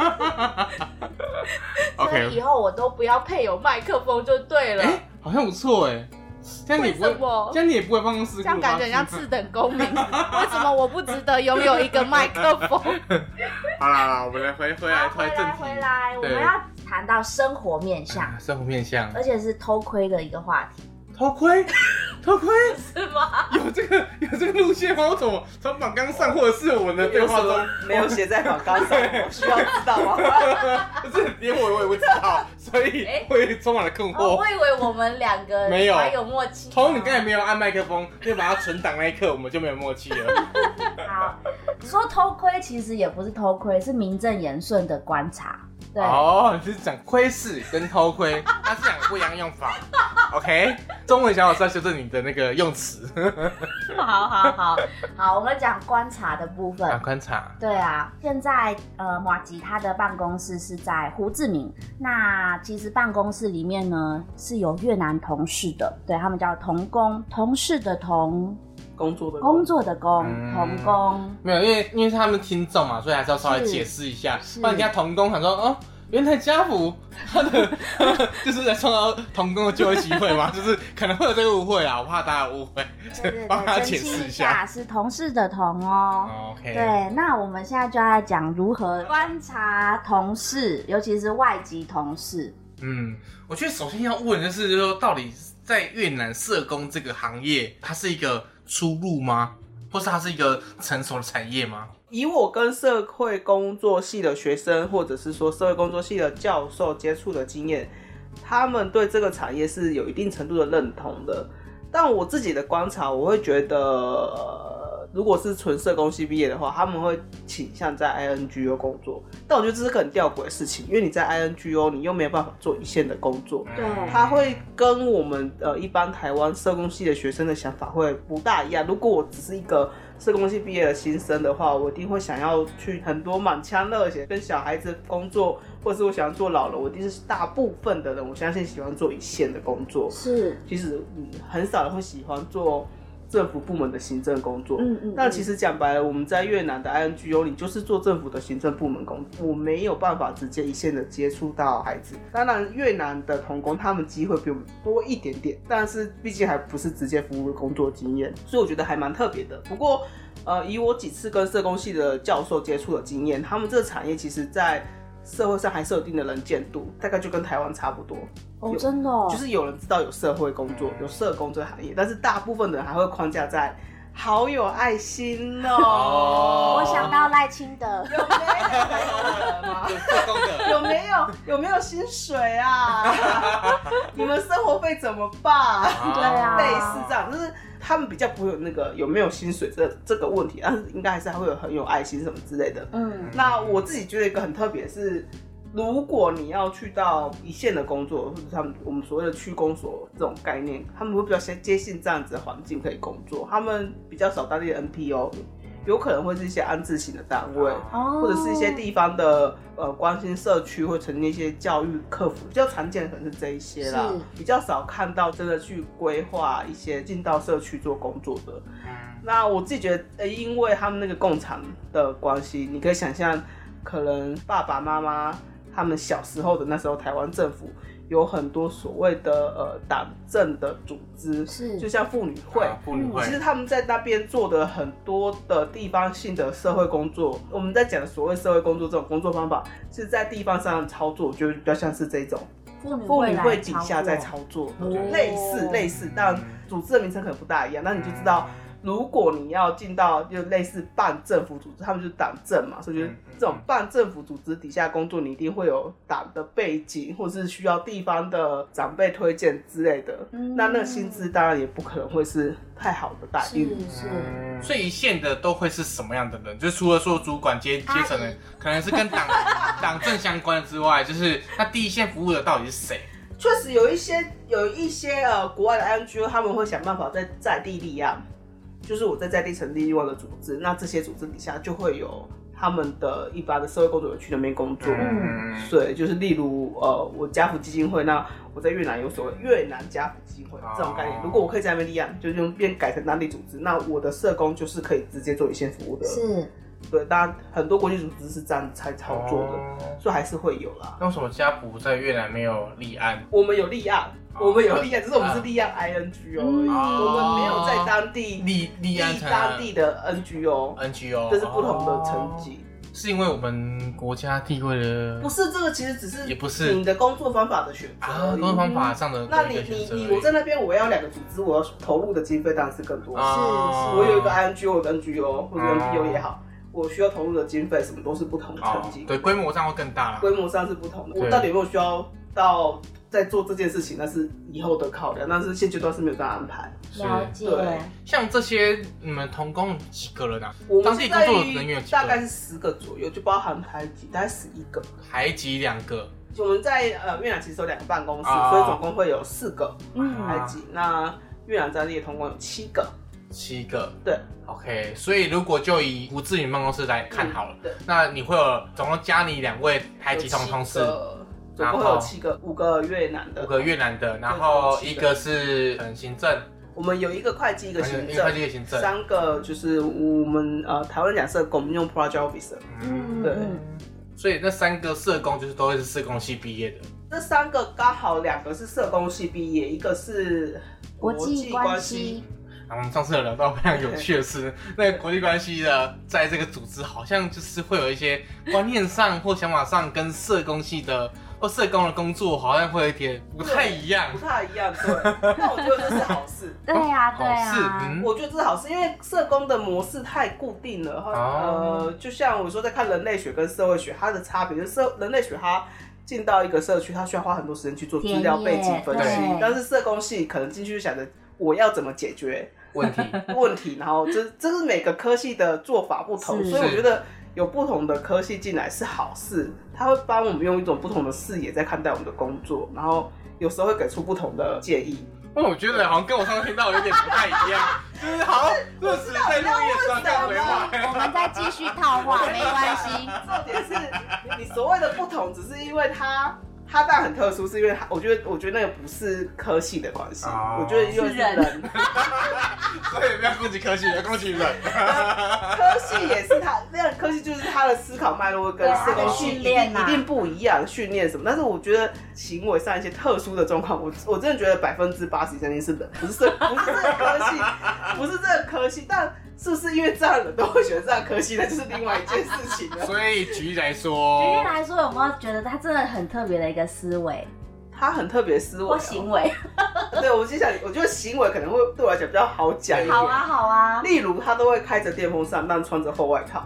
OK， 所以以后我都不要配有麦克风就对了。 哎、欸，好像不错哎。这样你不会，这样你也不会办公室， 这样感觉人家次等公民。为什么我不值得拥有一个麦克风？ 好啦好啦，我们来回回来回正题。 回来，我们要谈到生活面向、啊， 生活面向， 而且是偷窥的一个话题。 偷窥？偷窥？ 是吗？ 有这个有这个路线吗？我怎么从访纲上，或者是我们的对话中没有写在访纲上？我需要知道吗？ 不是，连我我也不知道，所以我也充满了困惑。 哦、我以为我们两个没有还有默契。 从你刚才没有按麦克风，就把它存档那一刻，我们就没有默契了。 好，你说偷窥其实也不是偷窥，是名正言顺的观察。对哦，你是讲窥视跟偷窥，它是两个不一样的用法。OK， 中文小老师要修正你的那个用词。 好好好好，我们讲观察的部分。 啊，观察。 对啊，现在呃，马吉他的办公室是在胡志明。那其实办公室里面呢是有越南同事的，对他们叫同工，同事的同。 工作的工作的工， 嗯、 童工没有，因为因为是他们听众嘛，所以还是要稍微解释一下。不然人家童工想说，哦，原来家福他的就是在创造童工的就业机会嘛，就是可能会有这个误会啊，我怕大家误会，帮他解释一下。 是同事的同哦。 Oh, OK。 对，那我们现在就要来讲如何观察同事，尤其是外籍同事。 嗯，我觉得首先要问的是，就是说到底在越南社工这个行业，它是一个出路吗？或是它是一个成熟的产业吗？ 以我跟社会工作系的学生，或者是说社会工作系的教授接触的经验，他们对这个产业是有一定程度的认同的。但我自己的观察，我会觉得，呃、如果是纯社工系毕业的话，他们会倾向在 I N G O 工作。但我觉得这是个很吊诡的事情，因为你在 I N G O， 你又没有办法做一线的工作。 对， 他会跟我们呃一般台湾社工系的学生的想法会不大一样。如果我只是一个社工系毕业的新生的话，我一定会想要去很多满腔热血跟小孩子工作，或者是我想要做老人，我一定是大部分的人，我相信喜欢做一线的工作。 是， 其实、嗯、很少人会喜欢做政府部门的行政工作。 嗯嗯。 但其实讲白了，我们在越南的 I N G O， 你就是做政府的行政部门工作，我没有办法直接一线的接触到孩子。当然，越南的童工他们机会比我们多一点点，但是毕竟还不是直接服务的工作经验，所以我觉得还蛮特别的。不过，呃，以我几次跟社工系的教授接触的经验，他们这个产业其实在社会上还是有一定的能见度，大概就跟台湾差不多。 哦，真的哦， 就是有人知道有社会工作、有社工这个行业，但是大部分的人还会框架在好有爱心哦。 我想到赖清德， 有没有？ 社工的有没有？有没有薪水啊？你们生活费怎么办？ 对啊， 类似这样，就是他们比较不会有那个有没有薪水这这个问题，但是应该还是还会有很有爱心什么之类的。 嗯， 那我自己觉得一个很特别的是，如果你要去到一线的工作，或者他们我们所谓的区公所这种概念，他们会比较接近这样子的环境可以工作，他们比较少当地的 N P O。有可能会是一些安置型的单位， 哦、 或者是一些地方的呃关心社区，会成立一些教育客服，比较常见的可能是这一些啦，比较少看到真的去规划一些进到社区做工作的。嗯、那我自己觉得，呃，因为他们那个共产的关系，你可以想象，可能爸爸妈妈他们小时候的那时候，台湾政府有很多所谓的呃党政的组织， 是就像妇女会， 啊、妇女会， 其实他们在那边做的很多的地方性的社会工作，我们在讲的所谓社会工作这种工作方法，是在地方上的操作，我觉得比较像是这种妇女会底下在操作的， 哦、 类似类似，但组织的名称可能不大一样，那你就知道。 如果你要进到就类似半政府组织，他们就是党政嘛，所以就是这种半政府组织底下工作，你一定会有党的背景，或是需要地方的长辈推荐之类的。嗯、那那个薪资当然也不可能会是太好的待遇。 是是。 嗯、所以一线的都会是什么样的人？就是除了说主管阶阶层的，可能是跟党党政相关的之外，就是那第一线服务的到底是谁？ 确实有一些有一些呃国外的 N G O， 他们会想办法在在地立案，就是我在在地成立另外的组织，那这些组织底下就会有他们的一般的社会工作者去那边工作。嗯，对，就是例如呃我家福基金会，那我在越南有所谓越南家福基金会、哦、这种概念，如果我可以在那边立案，就用变改成当地组织，那我的社工就是可以直接做一线服务的。 是。 对，当然很多国际组织是这样才操作的、哦，所以还是会有啦。 那为什么家福在越南没有立案？ 我们有立案，哦、我们有立案，只是我们是立案 I N G O 而已、哦，我们没有在当地立立案当地的 N G O，N G O， 这是不同的层级。哦， 是因为我们国家地位的？ 不是，这个其实只是也不是你的工作方法的选择啊，工作方法上的。 那你你你我在那边，我要两个组织，我要投入的经费当然是更多。 哦、 是是，我有一个 I N G O， 有个 N G O 或者 N P O 也好。我需要投入的经费什么都是不同的层级、 哦，对，规模上会更大啦。 规模上是不同的。我到底有没有需要到在做这件事情，那是以后的考量，但是现阶段是没有这样安排。 了解。 对， 像这些你们同工几个人啊？ 我们当地工作人员有几个？ 大概是十个左右，就包含台籍，大概十一个。 台籍两个。 我们在呃越南其实有两个办公室、哦，所以总共会有四个台籍、嗯。那越南在地的同工有七个。 七个， 对 ，OK， 所以如果就以胡志云办公室来看好了，嗯、那你会有总共加你两位台籍同同事， 总共会有七个，五个越南的， 五个越南的，然后一个是可能行政， 我们有一个会计，一个行政， 一个会计，一个行政， 三个就是我们呃台湾讲社工，我们用 project officer， 嗯，对， 所以那三个社工就是都会是社工系毕业的， 这三个刚好两个是社工系毕业，一个是国际关系。 我们上次有聊到非常有趣的是，那个国际关系的，在这个组织好像就是会有一些观念上或想法上跟社工系的或社工的工作好像会有一点不太一样， 不太一样，对。那我觉得这是好事。 对呀、啊，对呀、啊嗯。我觉得这是好事，因为社工的模式太固定了。哦、呃，就像我说在看人类学跟社会学，它的差别就是社人类学它进到一个社区，它需要花很多时间去做资料背景分析，但是社工系可能进去就想着我要怎么解决。 问题问题，然后这这是每个科系的做法不同，所以我觉得有不同的科系进来是好事，它会帮我们用一种不同的视野在看待我们的工作，然后有时候会给出不同的建议。 哦，我觉得好像跟我上次听到有点不太一样，就是好像若是在录音的时候再回话， 我们再继续套话，没关系。 重点是你所谓的不同，只是因为它。它当然很特殊，是因为它，我觉得，我觉得那个不是科系的关系， oh, 我觉得因为是人， 所以不要攻击科系，要攻击人。 科系也是它，那样科系就是它的思考脉络跟社工系一定一定不一样，训练什么。但是我觉得行为上一些特殊的状况，我我真的觉得百分之八十以上是人，不是这不是这个科系，不是这个科系，但。是不是因为这样的人都会选这样科系，那就是另外一件事情了。 所以举例来说， 举例来说，有没有觉得他真的很特别的一个思维？ 他很特别的思维、喔、 或行为。 对，我就想，我觉得行为可能会对我来讲比较好讲一点。 好啊，好啊。 例如，他都会开着电风扇，但穿着厚外套。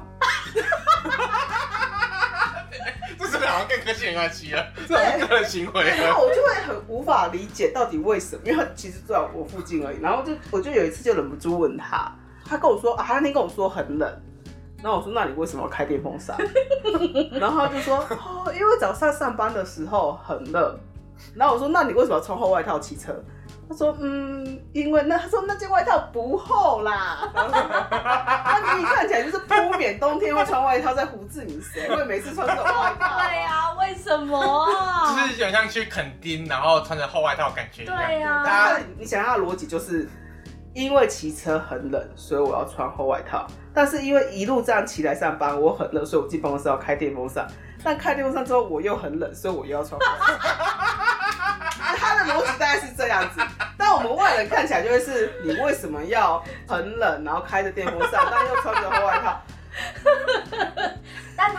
这是不是好像跟科系有关系了？这种个人行为了。 然后我就会很无法理解到底为什么，因为他其实坐在我附近而已。然后就我就有一次就忍不住问他。他跟我说啊，他那天跟我说很冷，然后我说那你为什么要开电风扇？然后他就说哦，因为早上上班的时候很热。然后我说那你为什么要穿厚外套骑车？他说嗯，因为那他说那件外套不厚啦。然后那你看起来就是铺免冬天会穿外套在胡志明谁会每次穿这种外套？ 对呀、啊，为什么？ 就是有像去垦丁，然后穿着厚外套感觉一样。 对呀、 啊，你想他的逻辑就是。因为骑车很冷，所以我要穿厚外套。但是因为一路这样骑来上班，我很热，所以我进办公室要开电风扇。但开电风扇之后，我又很冷，所以我又要穿厚外套。他的逻辑大概是这样子，但我们外人看起来就会是：你为什么要很冷，然后开着电风扇，但又穿着厚外套？ 但他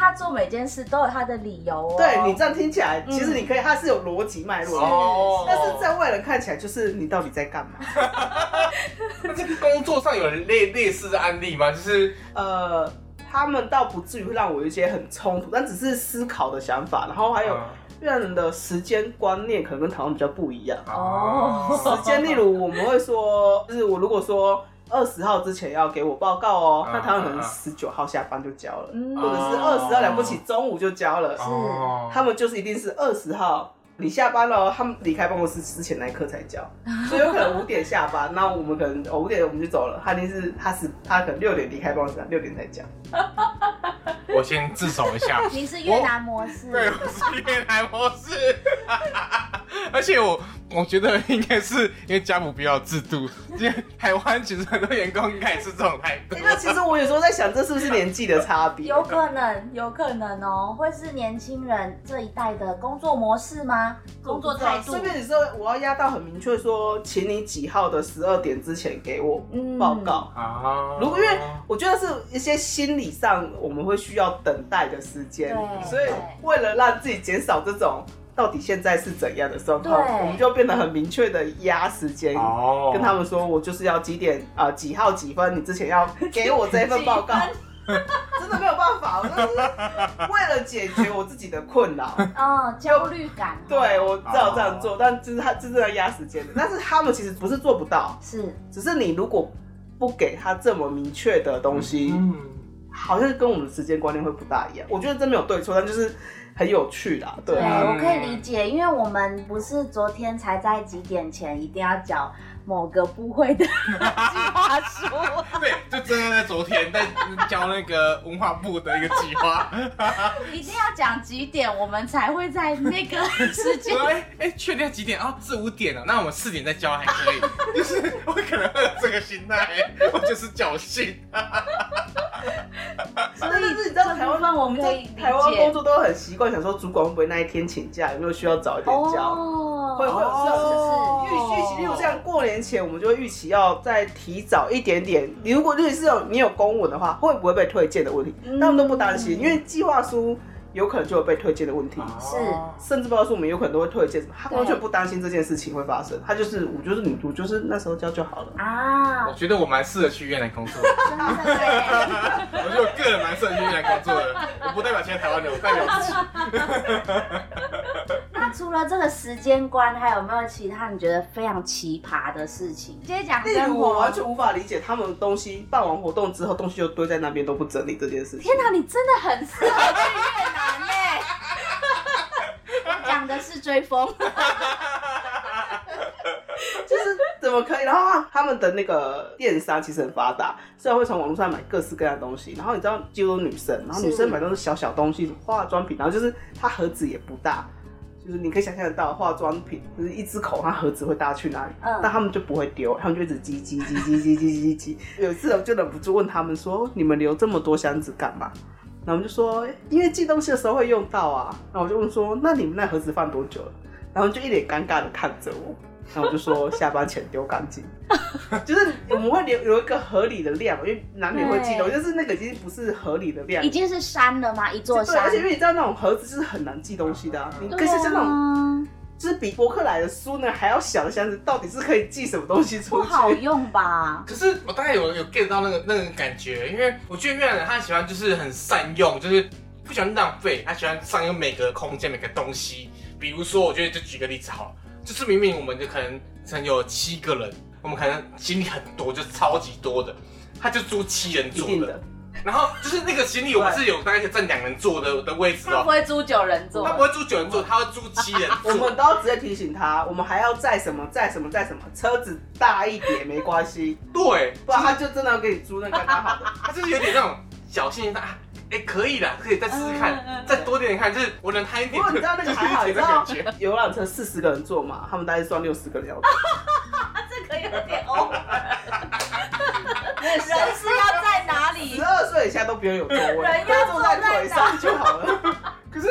他做每件事都有他的理由哦。 对你这样听起来，其实你可以，它是有逻辑脉络的。 哦但是在外人看起来，就是你到底在干嘛？ 那这个工作上有类类似的案例吗？就是呃，他们倒不至于会让我有一些很冲突，但只是思考的想法，然后还有越南人的时间观念可能跟台湾比较不一样。 哦时间，例如我们会说，就是我如果说二十号之前要给我报告哦，那台湾可能十九号下班就交了， 嗯或者是二十号了不起中午就交了。 哦他们就是一定是二十号。你下班了，他们离开办公室之前那一刻才交，所以有可能五点下班，那我们可能哦五点我们就走了，他一定是他是他可能六点离开办公室，六点才交。 我先自首一下， 你是越南模式， 对，我是越南模式，而且我我觉得应该是因为家谱比较有制度，因为台湾其实很多员工应该也是这种态度。 那其实我有时候在想，这是不是年纪的差别？ 有可能，有可能哦，会是年轻人这一代的工作模式吗？工作态度？ 顺便你说，我要压到很明确说，请你几号的十二点之前给我报告。 啊， 如果因为我觉得是一些心理上我们会需要等待的时间， 对所以为了让自己减少这种到底现在是怎样的状况， 对我们就变得很明确的压时间， 哦跟他们说我就是要几点啊、呃、几号几分，你之前要给我这份报告。真的没有办法，我就是为了解决我自己的困扰， 哦，焦虑感。 对我只好这样做，但就是他真的要压时间的。但是他们其实不是做不到， 是， 只是你如果不给他这么明确的东西， 嗯， 好像跟我们的时间观念会不大一样。我觉得真没有对错，但就是很有趣啦。对对， 啊， 我可以理解，因为我们不是昨天才在几点前一定要缴某个部会的计划书。 对，就真的在昨天在教那个文化部的一个计划， 一定要讲几点，我们才会在那个时间。 哎哎，确定几点啊？四五点了，那我们四点再教还可以。就是我可能会有这个心态，我就是侥幸。 但是你知道台湾， 我们可以理解台湾工作都很习惯，想说主管会不会那一天请假，有没有需要早一点交？ 哦， 会会有这种是预预期，例如像过年前，我们就会预期要再提早一点点。你如果如果是有你有公文的话，会不会被推荐的问题， 嗯他们都不担心，因为计划书有可能就有被推荐的问题。 是甚至报告书我们有可能都会推荐什么，他对完全不担心这件事情会发生，他就是我就是你，我就是那时候交就好了。 啊我，觉得我蛮适合去越南工作的， 真的耶。 我觉得我个人蛮适合去越南工作的，我不代表其他台湾人，我代表自己。 那除了这个时间观，还有没有其他你觉得非常奇葩的事情？接着讲例生活如我完。全无法理解他们东西办完活动之后，东西就堆在那边都不整理这件事情。 天哪，你真的很适合去越南耶！我讲的是追风。 就是怎么可以？然后他他们的那个电商其实很发达，虽然会从网络上买各式各样的东西，然后你知道几乎都是女生，然后女生买都是小小东西，化妆品，然后就是它盒子也不大，就是你可以想象得到化妆品，就是一支口，它盒子会大去哪里？ 嗯但他们就不会丢，他们就一直积积积积积积积积。有一次我就忍不住问他们说：“你们留这么多箱子干嘛？”然后我们就说：“因为寄东西的时候会用到啊。”然后我就问说：“那你们那盒子放多久了？”然后就一脸尴尬的看着我。然后我就说下班前丢干净，就是我们会留有一个合理的量，因为难免会寄东西，就是那个已经不是合理的量， 已经是山了吗？一座对， 山。 而且因为你知道那种盒子就是很难寄东西的、啊，你对跟像那种啊， 就是比博客来的书呢还要小的箱子，到底是可以寄什么东西出去？ 不好用吧？ 可是我大概有有 get 到那个那个感觉，因为我觉得越南人他喜欢就是很善用，就是不喜欢浪费，他喜欢善用每个空间每个东西。比如说，我觉得就举个例子好了，就是明明我们就可能可能有七个人，我们可能行李很多，就超级多的，他就租七人座的。 一定的， 然后就是那个行李，我们是有大概可以占两人座的的位置哦。 他不会租九人座他，不会租九人座，他会租七人我座。 们都要直接提醒他，我们还要载什么载什么载什么，车子大一点没关系， 对， 不然他就真的要给你租那个刚刚好的。 他就是有点那种侥幸心态啊，哎、可以啦，可以再试试看， 嗯嗯嗯再多点点看，就是我能贪一点。 不过你知道那个还好， 就是这你知道个感觉。 游览车四十个人坐嘛，他们大概是算六十个人要坐。 这个有点 over。人是要在哪里十？二岁以下都不用有座位， 人要坐在腿上就好了。 可是，可是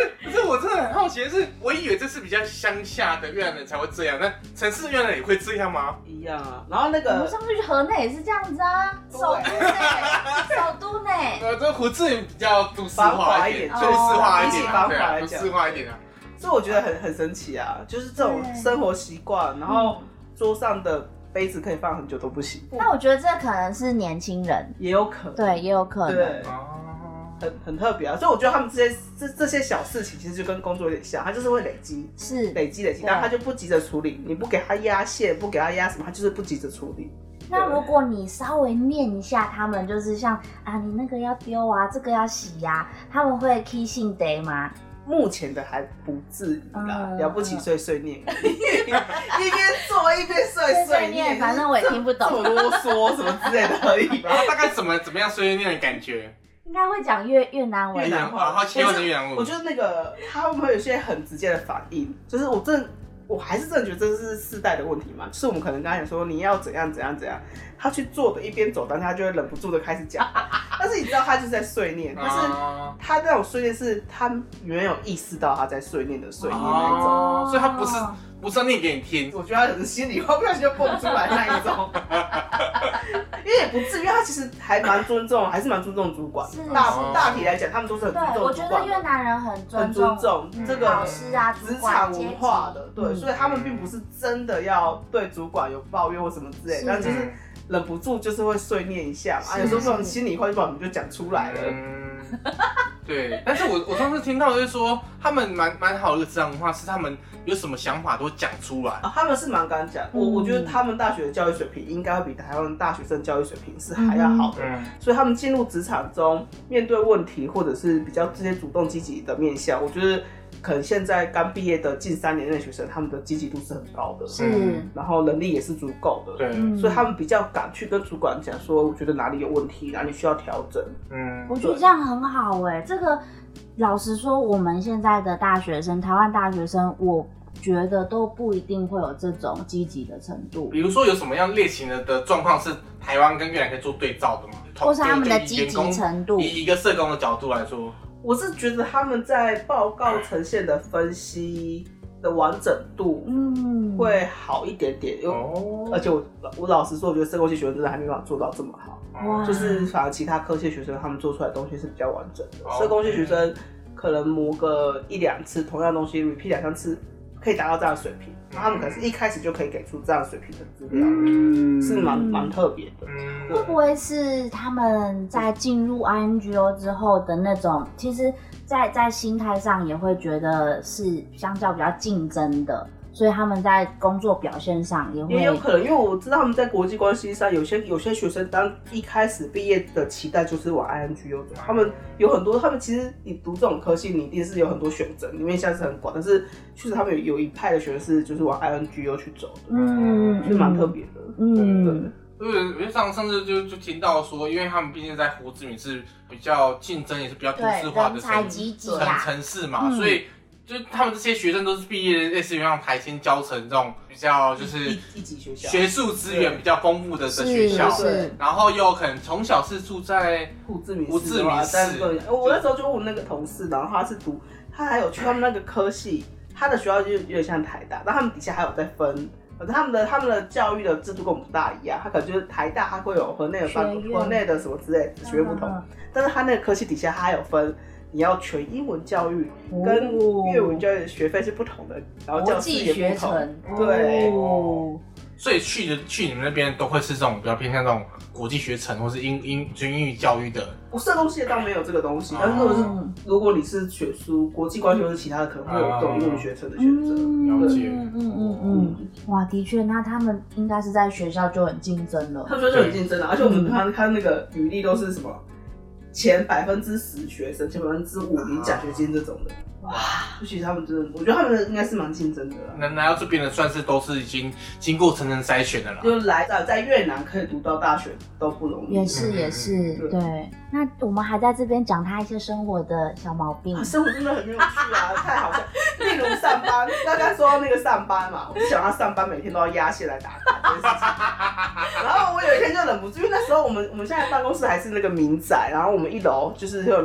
我真的很好奇的是，我以为这是比较乡下的越南人才会这样，那城市越南人也会这样吗？ 一样啊。然后那我个们上次去河内也是这样子啊，首都呢，首都呢。 呃，这胡志明比较都市化一点，都市化一点啊，对啊，都市化一点啊。 所以我觉得很很神奇啊，就是这种生活习惯，然后桌上的杯子可以放很久都不行。 那我觉得这可能是年轻人， 也有可能， 对，也有可能。 对，很很特别啊。所以我觉得他们这些这这些小事情其实就跟工作有点像，他就是会累积， 是累积累积，但他就不急着处理，你不给他压线，不给他压什么，他就是不急着处理。 那如果你稍微念一下他们，就是像啊，你那个要丢啊，这个要洗呀、啊，他们会 kissing day 吗？ 目前的还不至于啦， 嗯、 了不起碎碎念，一边做一边碎碎念， 反正我也听不懂， 这么啰嗦什么之类的而已吧。 然后大概怎么怎么样碎碎念的感觉？ 应该会讲越越南文， 越南话，然后切换成越南文。 我觉得那个他们会有一些很直接的反应，就是我真的。我还是真的觉得这是世代的问题嘛，就是我们可能刚才讲说你要怎样怎样怎样，他去做的一边走，但他就会忍不住的开始讲，但是你知道他就是在碎念，但是他那种碎念是他没有意识到他在碎念的碎念那一种， 哦、所以他不是不是要念给你听， 我觉得他可能心里话不小心就蹦出来那一种，因为也不至于，因为他其实还蛮尊重，还是蛮尊重主管，大大体来讲他们都是很尊重主管的。 对，我觉得越南人很尊重， 很尊重这个老师啊， 职场文化的，对。嗯，所以他们并不是真的要对主管有抱怨或什么之类的，但就是忍不住就是会碎念一下嘛。啊，有时候这种心里话就把我们就讲出来了。嗯， 对。但是我我上次听到就是说，他们蛮蛮好的一个职场文化，是他们有什么想法都讲出来。 啊，他们是蛮敢讲。我我觉得他们大学的教育水平应该会比台湾大学生教育水平是还要好的。嗯，所以他们进入职场中面对问题，或者是比较这些主动积极的面向，我觉得。可能现在刚毕业的近三年的学生，他们的积极度是很高的， 是， 然后能力也是足够的， 对， 所以他们比较敢去跟主管讲说，我觉得哪里有问题，哪里需要调整。 嗯，我觉得这样很好哎、欸。这个老实说，我们现在的大学生，台湾大学生，我觉得都不一定会有这种积极的程度。 比如说有什么样类型的的状况是台湾跟越南可以做对照的吗？ 或是他们的积极程度？ 以一个社工的角度来说。 我是觉得他们在报告呈现的分析的完整度，嗯，会好一点点。哦，而且我我老实说，我觉得社工系学生真的还没办法做到这么好。哇，就是反而其他科系学生他们做出来的东西是比较完整的。社工系学生可能磨个一两次，同样的东西 repeat 两三次，可以达到这样的水平。他们可能是一开始就可以给出这样水平的资料，嗯、是蛮蛮特别的。 嗯、会不会是他们在进入 I N G O 之后的那种，其实在，在在心态上也会觉得是相较比较竞争的，所以他们在工作表现上也会也有可能，因为我知道他们在国际关系上有些有些学生当一开始毕业的期待就是往 I N G O 走，他们有很多，他们其实你读这种科系，你一定是有很多选择，里面像是很广，但是确实他们有有一派的学生是就是往 I N G O 去走的，嗯，是蛮特别的，嗯。 对，因为上上次就就听到说，因为他们毕竟在胡志明是比较竞争，也是比较都市化的城城城市嘛，嗯、所以就他们这些学生都是毕业类似于像台清交城这种比较就是一级学校， 学术资源比较丰富的的学校，然后又可能从小是住在胡志明胡志明市。 我那时候就问那个同事，然后他是读，他还有去他们那个科系，他的学校就有点像台大，但他们底下还有在分。可是他们的他们的教育的制度跟我们不大一样，他可能就是台大，他会有河内的班、河内的什么之类的学院不同，嗯、但是他那个科系底下他还有分，你要全英文教育跟粤文教育的学费是不同的，然后教室也不同，对。 哦，所以去的去你们那边都会是这种比较偏向这种国际学程或是英英全英语教育的。 我社工系倒没有这个东西，但是如果是、嗯、如果你是学书国际关系或是其他的，可能会有这种英语学程的选择。 了解， 嗯嗯嗯嗯，哇，的确，那他们应该是在学校就很竞争了。 他们就很竞争了，而且我们看看那个履历都是什么前百分之十学生，前百分之五领奖学金这种的。哇，就其实他们真的，我觉得他们应该是蛮竞争的啦。 能来到这边的，算是都是已经经过层层筛选的了。 就来在在越南可以读到大学都不容易。 也是也是，嗯、对。那我们还在这边讲他一些生活的小毛病。 啊、生活真的很有趣啊，太好笑。例如上班，刚刚说到那个上班嘛，我就想他上班每天都要压线来打卡这件事情。然后我有一天就忍不住，因为那时候我们我们现在办公室还是那个民宅，然后我们一楼就是会有那种。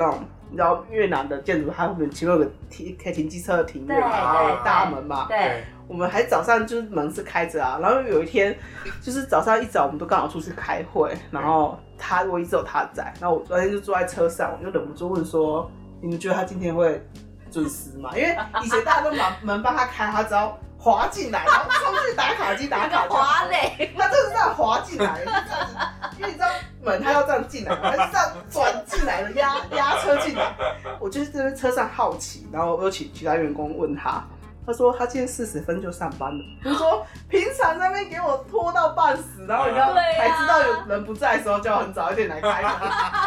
你知道越南的建筑它后面前面有个停可以停机车的庭院对嘛， 对大门嘛， 对， 我们还早上就是门是开着啊，然后有一天就是早上一早我们都刚好出去开会，然后他我一直有他在，然后我昨天就坐在车上，我就忍不住问说，你们觉得他今天会准时吗？因为以前大家都把门帮他开，他只要滑进来，然后冲去打卡机打卡就好， 滑嘞， 他就是这样滑进来，就这样子，因为你知道门他要这样进来，他是这样转进来的，压压车进来。我就是这边车上好奇，然后我又请其他员工问他。他说他今天四十分就上班了。我说平常那边给我拖到半死，然后你知道才知道有人不在的时候，就要很早一点来开门。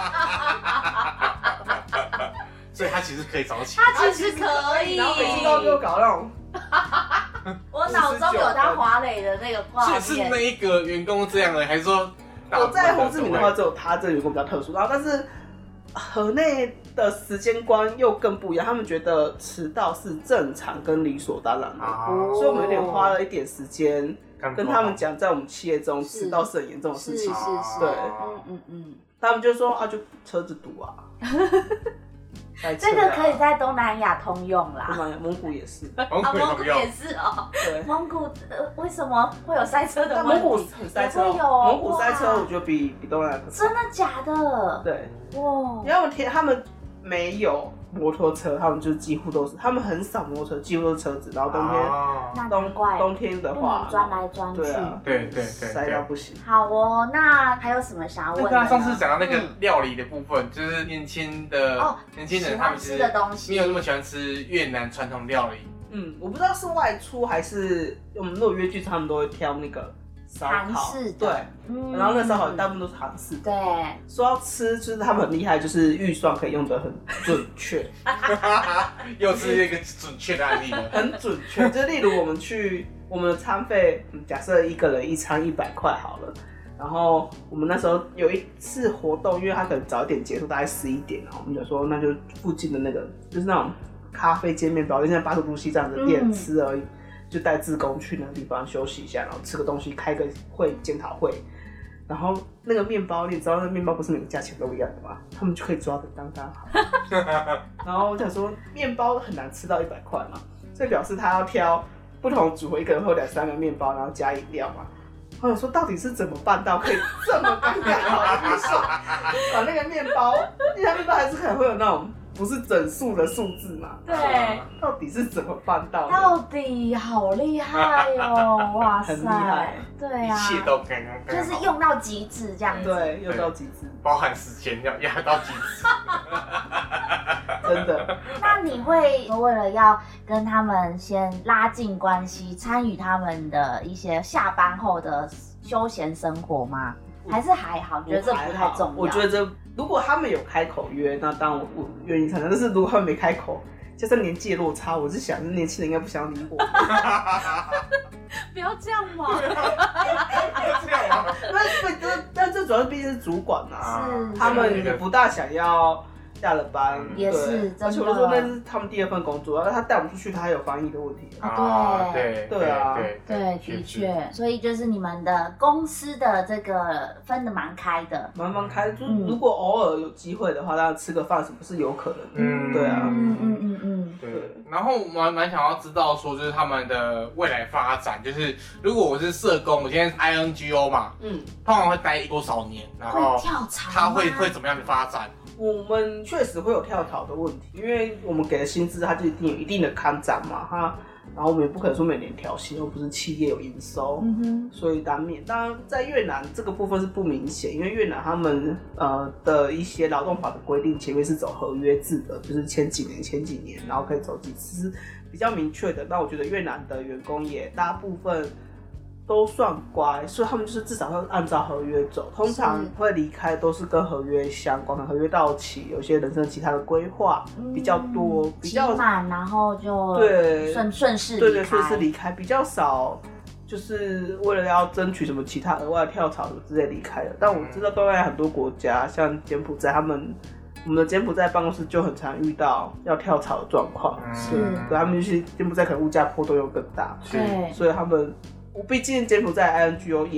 所以他其实可以早起。 他其实可以， 然后每次都给我搞那种。 我脑中有他滑垒的那个画面。 是是那一个员工这样的，还是说？ 我在胡志明的话，只有他这个员工比较特殊，然后但是河内的时间观又更不一样，他们觉得迟到是正常跟理所当然的， 啊、 所以我们有点花了一点时间跟他们讲，在我们企业中迟到是很严重的事情。 是是是， 对， 嗯嗯嗯， 他们就说啊，就车子堵啊。 这个可以在东南亚通用啦， 东南亚蒙古也是， 蒙古蒙古也是哦。 对， 蒙古呃为什么会有塞车的问题？ 蒙古很塞车，蒙古塞车我觉得比比东南亚可怕。 真的假的？ 对， 哇， 因为他们天他们没有摩托车，他们就几乎都是，他们很少摩托车，几乎都是车子。然后冬天， 那冬怪冬天的话， 钻来钻去， 对啊， 对对对， 塞到不行。 好哦，那还有什么想要问的？ 那上次讲到那个料理的部分，就是年轻的哦， 年轻人他们吃的东西没有那么喜欢吃越南传统料理。 嗯，我不知道是外出还是我们如果约剧，他们都会挑那个烧烤， 韩式的， 对， 嗯然后那烧烤大部分都是韩式的。 对， 说要吃，就是他们很厉害，就是预算可以用得很准确， 又是一个准确的案例了。 很准确。就例如我们去我们的餐费，假设一个人一餐一百块好了，然后我们那时候有一次活动，因为他可能早一点结束，大概十一点，然后我们就说那就附近的那个就是那种咖啡煎面包，就像八十度 C 这样的店吃而已。嗯，就带志工去那个地方休息一下，然后吃个东西，开个会检讨会。然后那个面包，你知道那个面包不是每个价钱都一样的吗？他们就可以抓得刚刚好。然后我想说，面包很难吃到一百块嘛，所以表示他要挑不同组合，一个人会有两三个面包，然后加饮料嘛。我想说，到底是怎么办到可以这么刚刚好的预算，把那个面包，因为它面包还是可能会有那种不是整数的数字嘛？ 对， 到底是怎么办到的？ 到底好厉害哦！哇塞， 很厉害， 对啊， 一切都刚刚刚好， 就是用到极致这样子， 对，用到极致， 包含时间要压到极致， 真的。 那你会为了要跟他们先拉近关系，参与他们的一些下班后的休闲生活吗？还是还好？觉得这不太重要。 我觉得这如果他们有开口约，那当然我我愿意参加。但是如果他们没开口，加上年纪的落差，我是想，年轻人应该不想要理我。 不要这样嘛！ 这样吗？ 但但这主要毕竟是主管啊， 是他们不大想要下了班， 也是真的。 而且我说那是他们第二份工作，然后他带我们出去，他还有防疫的问题。 啊， 对对啊， 对对，的确，所以就是你们的公司的这个分得蛮开的， 蛮蛮开。就如果偶尔有机会的话，大家吃个饭什么是有可能的。 嗯， 对啊， 嗯嗯嗯嗯， 对。然后我蛮蛮想要知道说，就是他们的未来发展，就是如果我是社工，我现在是 I N G O 嘛，嗯，通常会待多少年，然后跳槽， 他会会怎么样的发展？ 我们确实会有跳槽的问题，因为我们给的薪资，它就一定有一定的看涨嘛，哈。然后我们也不可能说每年调薪，又不是企业有营收，嗯哼，所以难免。当然，在越南这个部分是不明显，因为越南他们呃的一些劳动法的规定，前面是走合约制的，就是签几年签几年，然后可以走几次，是比较明确的。那我觉得越南的员工也大部分都算乖，所以他们就是至少会按照合约走。通常会离开都是跟合约相关的，合约到期，有些人生其他的规划比较多，嗯、比较满，然后就对顺顺势对对顺势离开，比较少就是为了要争取什么其他额外跳槽什么之类离开的。但我知道东南亚很多国家，像柬埔寨，他们我们的柬埔寨办公室就很常遇到要跳槽的状况， 是， 对，他们就是柬埔寨可能物价波动又更大， 对， 所以他们。我毕竟柬埔寨 I N G O 也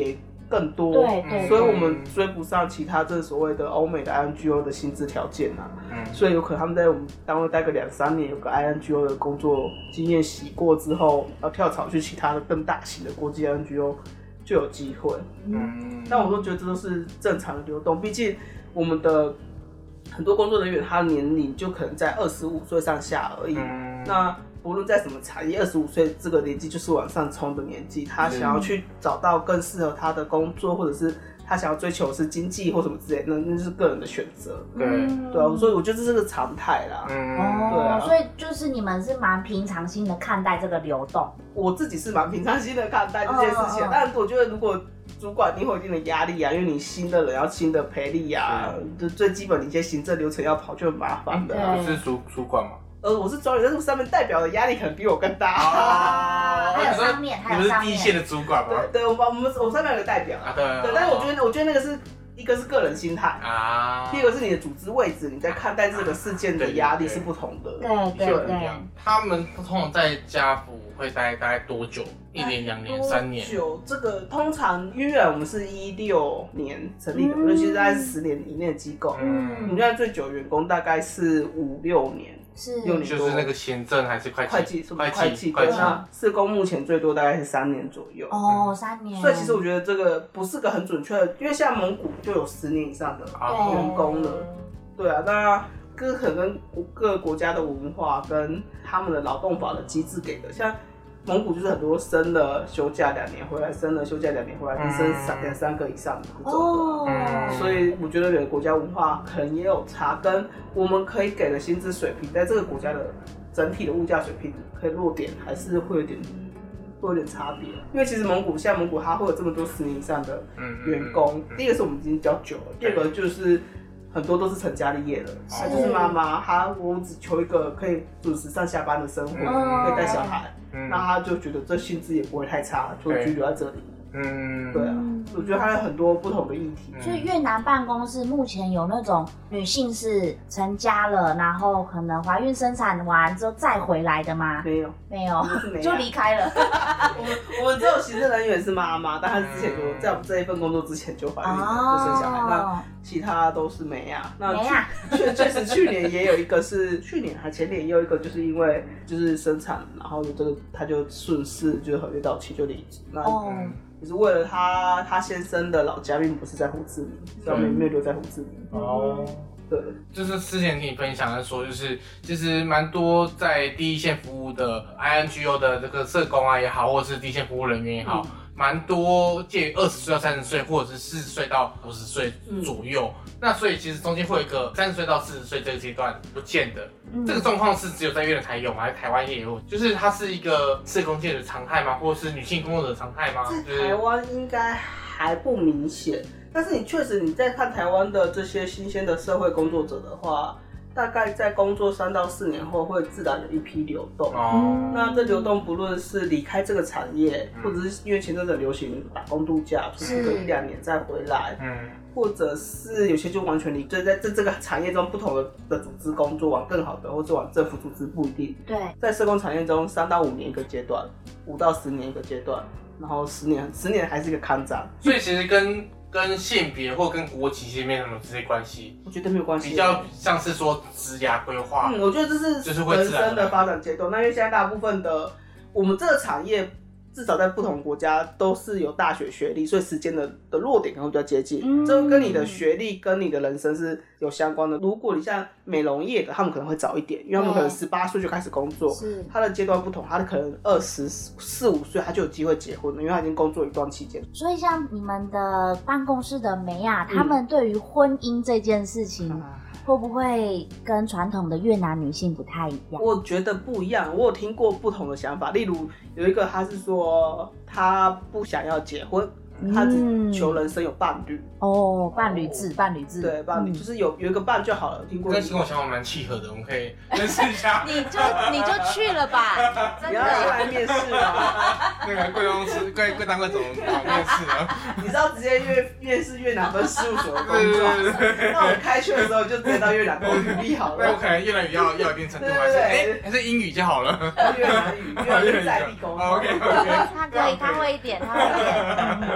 更多， 对对， 所以我们追不上其他这所谓的欧美的 I N G O 的薪资条件啊，嗯，所以有可能他们在我们单位待个两三年，有个 I N G O 的工作经验洗过之后，要跳槽去其他的更大型的国际 I N G O 就有机会，嗯，但我都觉得这都是正常的流动，毕竟我们的很多工作人员他的年龄就可能在二十五岁上下而已，嗯，那不论在什么产业，二十五岁这个年纪就是往上冲的年纪，他想要去找到更适合他的工作，或者是他想要追求的是经济或什么之类的，那那就是个人的选择。 对， 对啊，所以我觉得这是个常态啦。 嗯，对啊，所以就是你们是蛮平常心的看待这个流动。 我自己是蛮平常心的看待这件事情，哦哦哦，但我觉得如果主管你会有一定的压力啊，因为你新的人要新的培力啊，就最基本的一些行政流程要跑就很麻烦的。 你是主主管吗？ 呃，我是专员，但是上面代表的压力可能比我更大。 啊，还有上面，还有上面， 你们是第一线的主管吗？ 对，对，我我们我上面有个代表啊，对，对，但是我觉得，我觉得那个是一个是个人心态啊，第二个是你的组织位置，你在看待这个事件的压力是不同的。 对对对， 他们通常在家福会待大概多久？一年、两年、三年？ 久，这个通常因为我们是一六年成立的，尤其是大概是十年以内的机构，嗯，我们现在最久员工大概是五六年。 是， 就是那个行政还是会计？ 会计，会计，会计。那社工目前最多大概是三年左右。 哦，三年。 所以其实我觉得这个不是个很准确的，因为像蒙古就有十年以上的员工了。对啊，那各可能跟各个国家的文化跟他们的劳动法的机制给的，像蒙古就是很多生了休假两年回来，生了休假两年回来，跟生三两三个以上的这种的。哦，所以我觉得每个国家文化可能也有差，跟我们可以给的薪资水平，在这个国家的整体的物价水平可以落点，还是会有点会有点差别。因为其实蒙古像蒙古，它会有这么多十年以上的员工，第一个是我们已经比较久了，第二个就是很多都是成家立业的，她就是妈妈，她我只求一个可以准时上下班的生活，可以带小孩。那他就觉得这薪资也不会太差，就居留在这里。嗯，对啊，我觉得还有很多不同的议题。 所以越南办公室目前有那种女性是成家了，然后可能怀孕生产完之后再回来的吗？ 没有， 没有，就离开了。 我们我们只有行政人员是妈妈，但她之前就在我们这一份工作之前就怀孕了，哦，就生小孩。那其他都是没啊。那没啊。 确确实去年也有一个是去年还前年也有一个，就是因为就是生产，然后有这个他就顺势就是合约到期就离职。那哦。也是为了他，他先生的老家并不是在胡志明，所以没有留在胡志明。哦，对， 就是之前听你分享的说，就是其实蛮多在第一线服务的 I N G O 的这个社工啊也好，或者是第一线服务人员也好，蛮、嗯、多介于二十岁到三十岁，或者是四十岁到五十岁左右。嗯，那所以其实中间会有一个三十岁到四十岁这个阶段不见的，嗯，这个状况是只有在越南才有吗？还是台湾也有？就是它是一个社工界的常态吗？或者是女性工作者的常态吗？ 在台湾应该还不明显，但是你确实你在看台湾的这些新鲜的社会工作者的话，大概在工作三到四年后会自然有一批流动。哦，那这流动不论是离开这个产业，嗯，或者是因为前阵子流行打工度假，出去个一两年再回来。嗯，或者是有些就完全离就在这这个产业中不同的的组织工作，往更好的，或者往政府组织不一定。 对， 在社工产业中，三到五年一个阶段，五到十年一个阶段，然后十年十年还是一个看涨。 所以其实跟跟性别或跟国籍其实没什么直接关系。 我觉得没有关系， 比较像是说职涯规划。 嗯，我觉得这是就是人生的发展阶段。那因为现在大部分的我们这个产业，至少在不同国家都是有大学学历，所以时间的的落点可能比较接近。嗯，这跟你的学历跟你的人生是有相关的。如果你像美容业的，他们可能会早一点，因为他们可能十八岁就开始工作，是他的阶段不同，他的可能二十四五岁他就有机会结婚了，因为他已经工作一段期间。 所以像你们的办公室的梅亚，他们对于婚姻这件事情，嗯，会不会跟传统的越南女性不太一样？ 我觉得不一样，我有听过不同的想法。例如有一个他是说他不想要结婚，他只求人生有伴侣。 哦，伴侣制，伴侣制， 对，伴侣，嗯，就是有有一个伴就好了。听过， 跟跟我想法蛮契合的，我们可以认识一下。 你就你就去了吧， 你要先来面试啊。 那个贵公司贵贵单位怎么搞面试啊？ 你知道直接越面试越南分事务所的工作，那我开学的时候就直接到越南工履历好了。 那我可能越南语要要有一定程度，还是哎还是英语就好了。 越南语，越南语在地沟通。 OK OK， 他可以，他会一点，他会一点。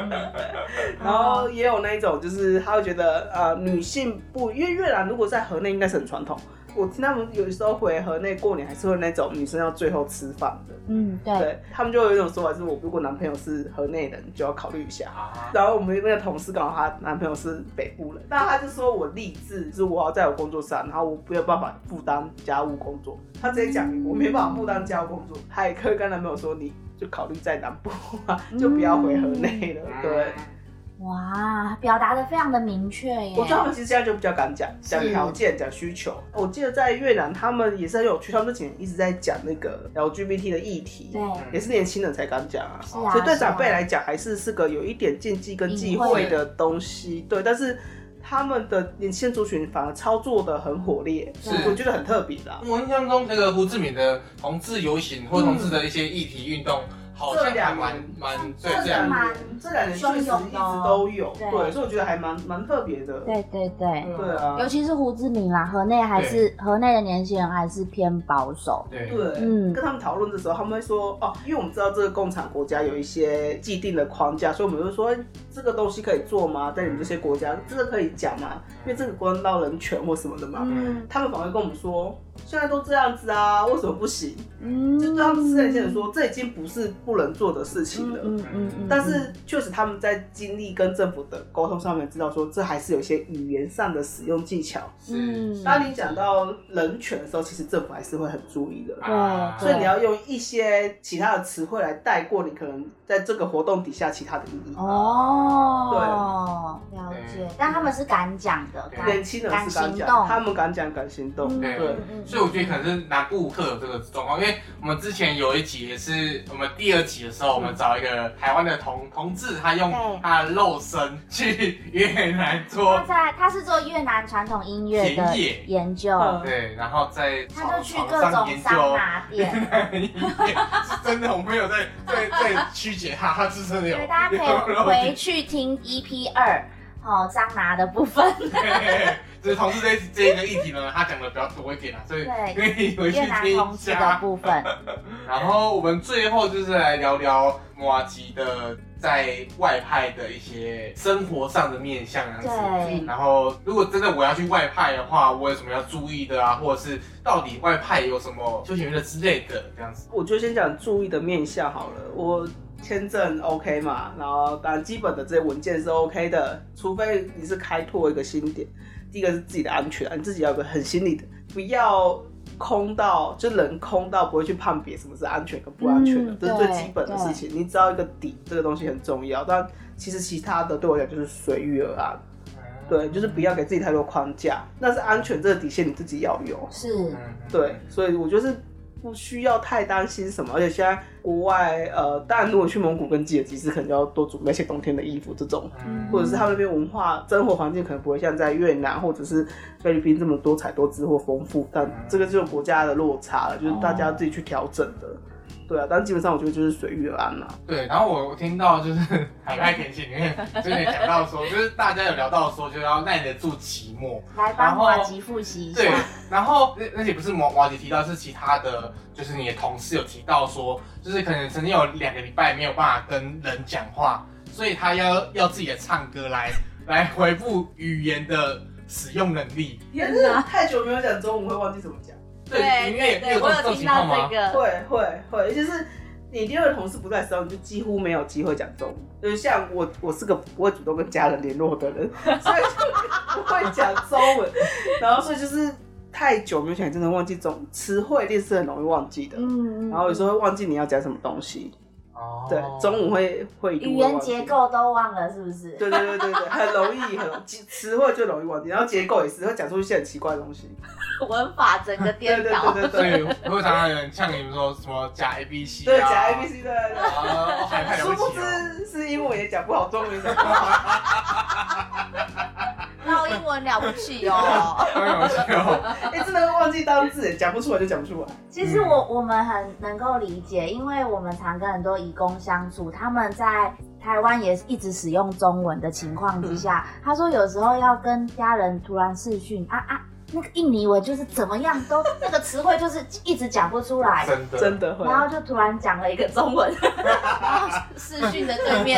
然后也有那一种，就是他会觉得呃女性不，因为越南如果在河内应该是很传统。我听他们有时候回河内过年，还是会那种女生要最后吃饭的。 嗯，对， 对他们就有一种说法，是我如果男朋友是河内人，就要考虑一下。 啊然后我们那个同事刚好她男朋友是北部人，那他就说我立志，就是我要在我工作上，然后我没有办法负担家务工作。他直接讲我没办法负担家务工作，他也可以跟男朋友说，你就考虑在南部啊，就不要回河内了。 嗯、 对。 哇，表达的非常的明确耶！ 我觉得他们其实现在就比较敢讲，讲条件，讲需求。我记得在越南，他们也是很有趣，他们这几年一直在讲那个 L G B T 的议题， 对， 也是年轻人才敢讲啊。 是啊， 所以对长辈来讲，还是是个有一点禁忌跟忌讳的东西。对，但是他们的年轻族群反而操作的很火烈， 是我觉得很特别啦。 我印象中，那个胡志明的同志游行或同志的一些议题运动。嗯好像还蛮蛮对， 这两年这两年确实一直都有， 对， 对，所以我觉得还蛮蛮特别的。 对对对， 对啊， 尤其是胡志明啦，河内还是河内的年轻人还是偏保守。 对，嗯，跟他们讨论的时候，他们会说哦，因为我们知道这个共产国家有一些既定的框架，所以我们就说这个东西可以做吗？在你们这些国家，这个可以讲吗？因为这个关到人权或什么的嘛。嗯，他们反而跟我们说，现在都这样子啊，为什么不行？嗯，就他们私人先生说，这已经不是不能做的事情了。嗯嗯嗯。但是确实他们在经历跟政府的沟通上面，知道说这还是有一些语言上的使用技巧。嗯。当你讲到人权的时候，其实政府还是会很注意的。 对。 所以你要用一些其他的词汇来带过你可能在这个活动底下其他的意义。 哦。对。了解。但他们是敢讲的， 年轻人是敢讲，他们敢讲敢行动。 对。所以我觉得可能是南部特有这个状况，因为我们之前有一集也是我们第二集的时候，我们找一个台湾的同同志，他用他的肉身去越南做， 他在他是做越南传统音乐的研究， 对，然后在他就去各种桑拿店， 是真的，我没有在在在曲解他，他是真的有。 对，大家可以回去听 E P 二。哦，桑拿的部分， 对，就是同志这这个议题呢，他讲的比较多一点啦，所以可以回去听一下的部分。 然后我们最后就是来聊聊麻吉的在外派的一些生活上的面向啊。 对。 然后，如果真的我要去外派的话，我有什么要注意的啊？或者是到底外派有什么休闲娱乐之类的这样子？ 我就先讲注意的面向好了，我。签证 OK 嘛，然后当然基本的这些文件是 OK 的，除非你是开拓一个新点。第一个是自己的安全，你自己要有个很心理的，不要空到就人空到不会去判别什么是安全跟不安全的，嗯、这是最基本的事情。你知道一个底，这个东西很重要。但其实其他的对我来讲就是随遇而安。对，就是不要给自己太多框架，那是安全这个底线你自己要有。 是， 对，所以我觉得是。不需要太担心什么，而且现在国外，呃，当然如果去蒙古跟吉尔吉斯，可能就要多准备一些冬天的衣服这种，嗯、或者是他们那边文化生活环境可能不会像在越南或者是菲律宾这么多彩多姿或丰富，但这个就是国家的落差了，就是大家自己去调整的。对啊，但基本上我觉得就是随遇而安啦。 对，然后我听到就是《海派甜心》里面就有讲到说，就是大家有聊到说，就要耐得住寂寞。 来帮麻吉复习一下。 对，然后而且不是麻麻吉提到，是其他的，就是你的同事有提到说，就是可能曾经有两个礼拜没有办法跟人讲话，所以他要要自己的唱歌来来回复语言的使用能力。 天哪，太久没有讲中文会忘记怎么讲。 对对对，我有听到这个， 会会会，尤其是你第二个同事不在的时候，你就几乎没有机会讲中文。就是像我，我是个不会主动跟家人联络的人，所以就不会讲中文。然后所以就是太久没有讲，真的忘记中词汇，一定是很容易忘记的。嗯，然后有时候会忘记你要讲什么东西。哦，对，中午会会语言结构都忘了，是不是？ 对对对对对，很容易，很词汇就容易忘记，然后结构也是会讲出一些很奇怪的东西， 文法整个颠倒。 对对对对对，所以会常常有人像你们说什么假 A B C 啊， 对假 A B C 的， 啊，还太了不起了。殊不知是英文也讲不好，中文也讲不好。 那英文了不起哦， 了不起哦， 哎，真的会忘记单字，讲不出来就讲不出来。 其实我我们很能够理解，因为我们常跟很多移工相处，他们在台湾也一直使用中文的情况之下，嗯、他说有时候要跟家人突然视讯啊啊。那个印尼文就是怎么样都那个词汇就是一直讲不出来， 真的真的会， 然后就突然讲了一个中文，然后视讯的对面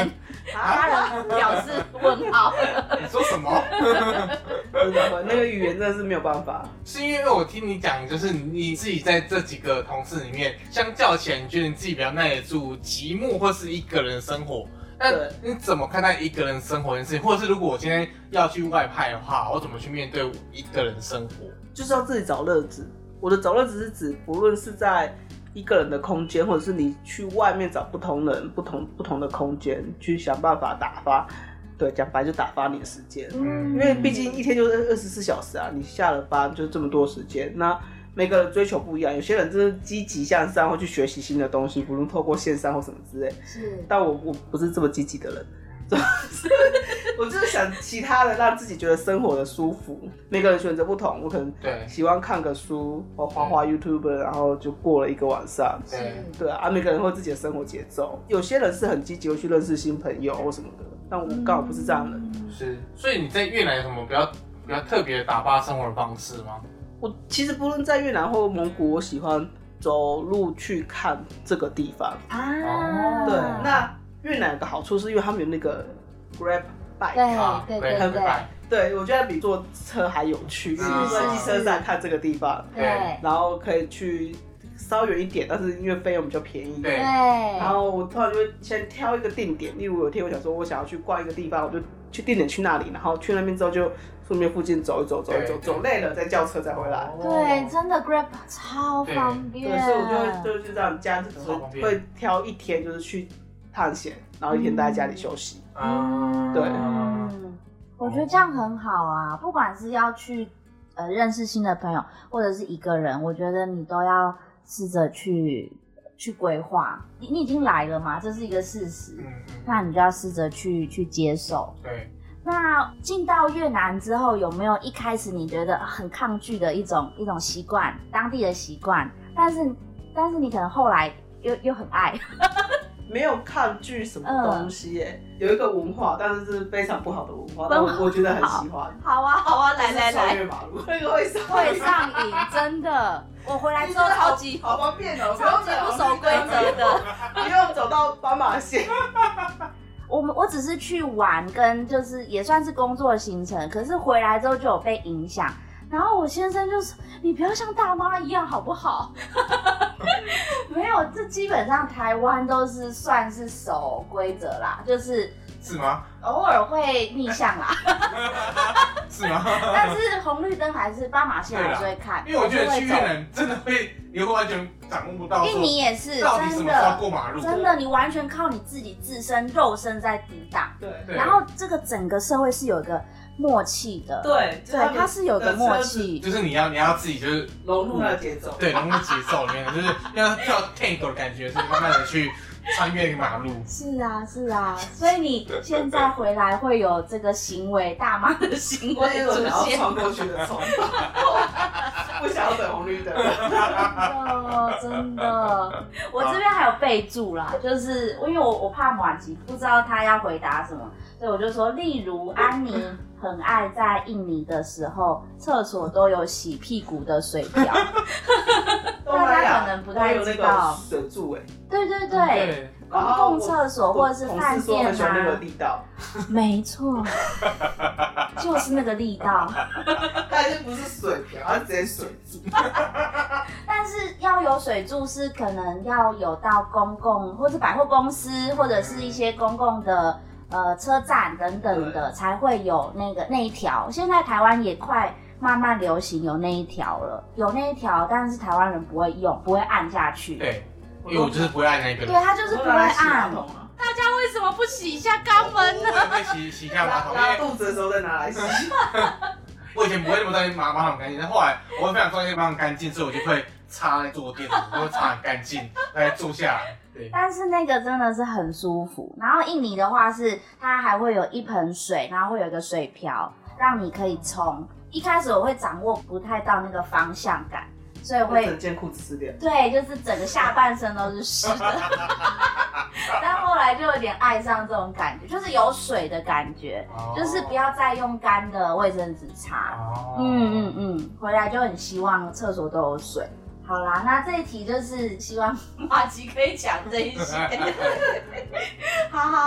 家人表示问号。 你说什么？ 真的，那个语言真的是没有办法。 是因为我听你讲，就是你自己在这几个同事里面，相较起来，你觉得你自己比较耐得住寂寞或是一个人的生活。那你怎么看待一个人生活的事情？或者是如果我今天要去外派的话，我怎么去面对一个人的生活？ 就是要自己找乐子。我的找乐子是指，不论是在一个人的空间，或者是你去外面找不同人、不同不同的空间，去想办法打发。对，讲白就打发你的时间。嗯，因为毕竟一天就是二十四小时啊，你下了班就这么多时间。那每个人追求不一样，有些人就是积极向上，会去学习新的东西，不论透过线上或什么之类。 是， 但我我不是这么积极的人，我就是想其他的让自己觉得生活的舒服。每个人选择不同，我可能对喜欢看个书或滑滑 YouTube， 然后就过了一个晚上。 对对啊，每个人会有自己的生活节奏。有些人是很积极，会去认识新朋友或什么的，但我刚好不是这样的人。 是，所以你在越南有什么比较比较特别的打发生活的方式吗？ 我其实不论在越南或蒙古，我喜欢走路去看这个地方啊。 对，那越南有个好处是因为他们有那个 Grab bike， 对啊对对对对，我觉得比坐车还有趣，因为在汽车站看这个地方， 对， 然后可以去稍远一点，但是因为费用比较便宜， 对， 然后我突然就会先挑一个定点，例如有一天我想说我想要去逛一个地方，我就去定点去那里，然后去那边之后就顺便附近走一走，走一走，走累了再叫车再回来。 对，真的 Grab 超方便。 对，所以我就会就是这样，家会挑一天就是去探险，然后一天待在家里休息。 嗯， 对， 嗯，我觉得这样很好啊，不管是要去呃认识新的朋友，或者是一个人，我觉得你都要试着去去规划。你你已经来了嘛，这是一个事实， 嗯嗯， 那你就要试着去去接受。 对。 那进到越南之后，有没有一开始你觉得很抗拒的一种一种习惯，当地的习惯？但是但是你可能后来又又很爱。 没有抗拒什么东西耶、嗯，有一个文化，但是是非常不好的文化，但我觉得很喜欢。 好啊，好啊，来来来， 穿越马路那个会上会上瘾，真的。我回来之后超级好方便哦， 超级不守规则的， 不用走到斑马线。 我们我只是去玩，跟就是也算是工作行程，可是回来之后就有被影响。然后我先生就说：“你不要像大妈一样，好不好？”没有，这基本上台湾都是算是守规则啦，就是是吗？ 偶尔会逆向啦， 是吗？ 但是红绿灯还是斑马线还是会看， 因为我觉得去越南真的会，你会完全掌握不到。 印尼也是， 到底什么要过马路？ 真的，你完全靠你自己自身肉身在抵挡。 对， 然后这个整个社会是有一个默契的， 对对，它是有个默契， 就是你要你要自己就是融入那个节奏， 对，融入节奏里面的，就是要跳 tango 的感觉，是慢慢的去穿越那个马路。 是啊，是啊，所以你现在回来会有这个行为，大妈的行为出现， 想要穿过去的冲动，不想要等红绿灯。 真的，真的，我这边还有备注啦，就是因为我我怕马吉不知道他要回答什么，所以我就说，例如安妮很爱在印尼的时候，厕所都有洗屁股的水瓢，大家可能不太知道。 水柱哎， 对对对，公共厕所或者是饭店啊， 那个力道， 没错，就是那个力道。 但是不是水瓢，它直接水柱。 但是要有水柱是可能要有到公共或者百货公司或者是一些公共的。呃，车站等等的才会有那个那一条。现在台湾也快慢慢流行有那一条了，有那一条，但是台湾人不会用，不会按下去。 对，因为我就是不会按那个。 对，他就是不会按。大家为什么不洗一下肛门呢？ 我也会洗洗一下马桶， 拉肚子的时候再拿来洗。 我以前不会那么在意马马桶干净，但后来我会非常专业马桶干净，所以我就会擦在坐垫，我会擦很干净，再坐下来。 但是那个真的是很舒服。然后印尼的话是，它还会有一盆水，然后会有一个水瓢，让你可以冲。一开始我会掌握不太到那个方向感，所以会整件裤子湿掉。 对，就是整个下半身都是湿的。但后来就有点爱上这种感觉，就是有水的感觉，哦、就是不要再用干的卫生纸擦。哦、嗯嗯嗯，回来就很希望厕所都有水。好啦，那这一题就是希望马吉可以讲这一些。好好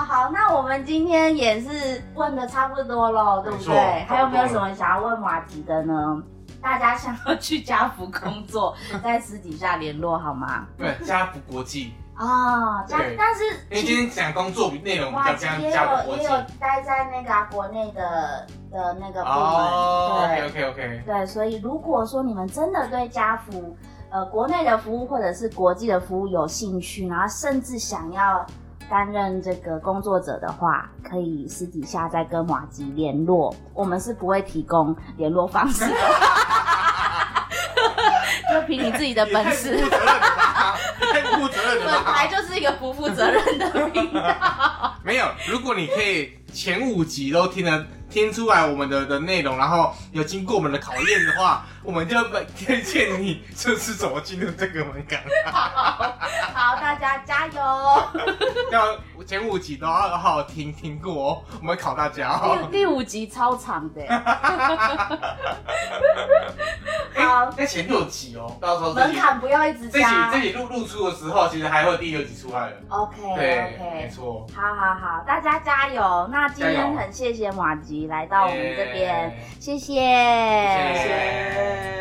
好，那我们今天也是问的差不多喽，对不对？还有没有什么想要问马吉的呢？大家想要去家福工作，在私底下联络好吗？ 对，家福国际。 哦，家，但是因为今天讲工作内容比较像家福国际， 也有待在那个、啊、国内的的那个部门。 哦， 对 ，OK OK OK。 对，所以如果说你们真的对家福呃国内的服务或者是国际的服务有兴趣，然后甚至想要担任这个工作者的话，可以私底下再跟马吉联络，我们是不会提供联络方式的。就凭你自己的本事。 太不负责任了吧！ 本台就是一个不负责任的频道。 没有，如果你可以前五集都听得听出来我们的的内容，然后有经过我们的考验的话，我们就推荐你就是怎么进入这个门槛。 好，好，大家加油！ 要前五集都要好好听听过哦，我们考大家哦。 第第五集超长的。好， 那前六集哦，到时候门槛不要一直加。 这集这集录录出的时候，其实还会有第六集出来了。 OK， 对 OK， 没错。 好好好，大家加油！那今天很谢谢马吉来到我们这边，谢谢， 谢谢。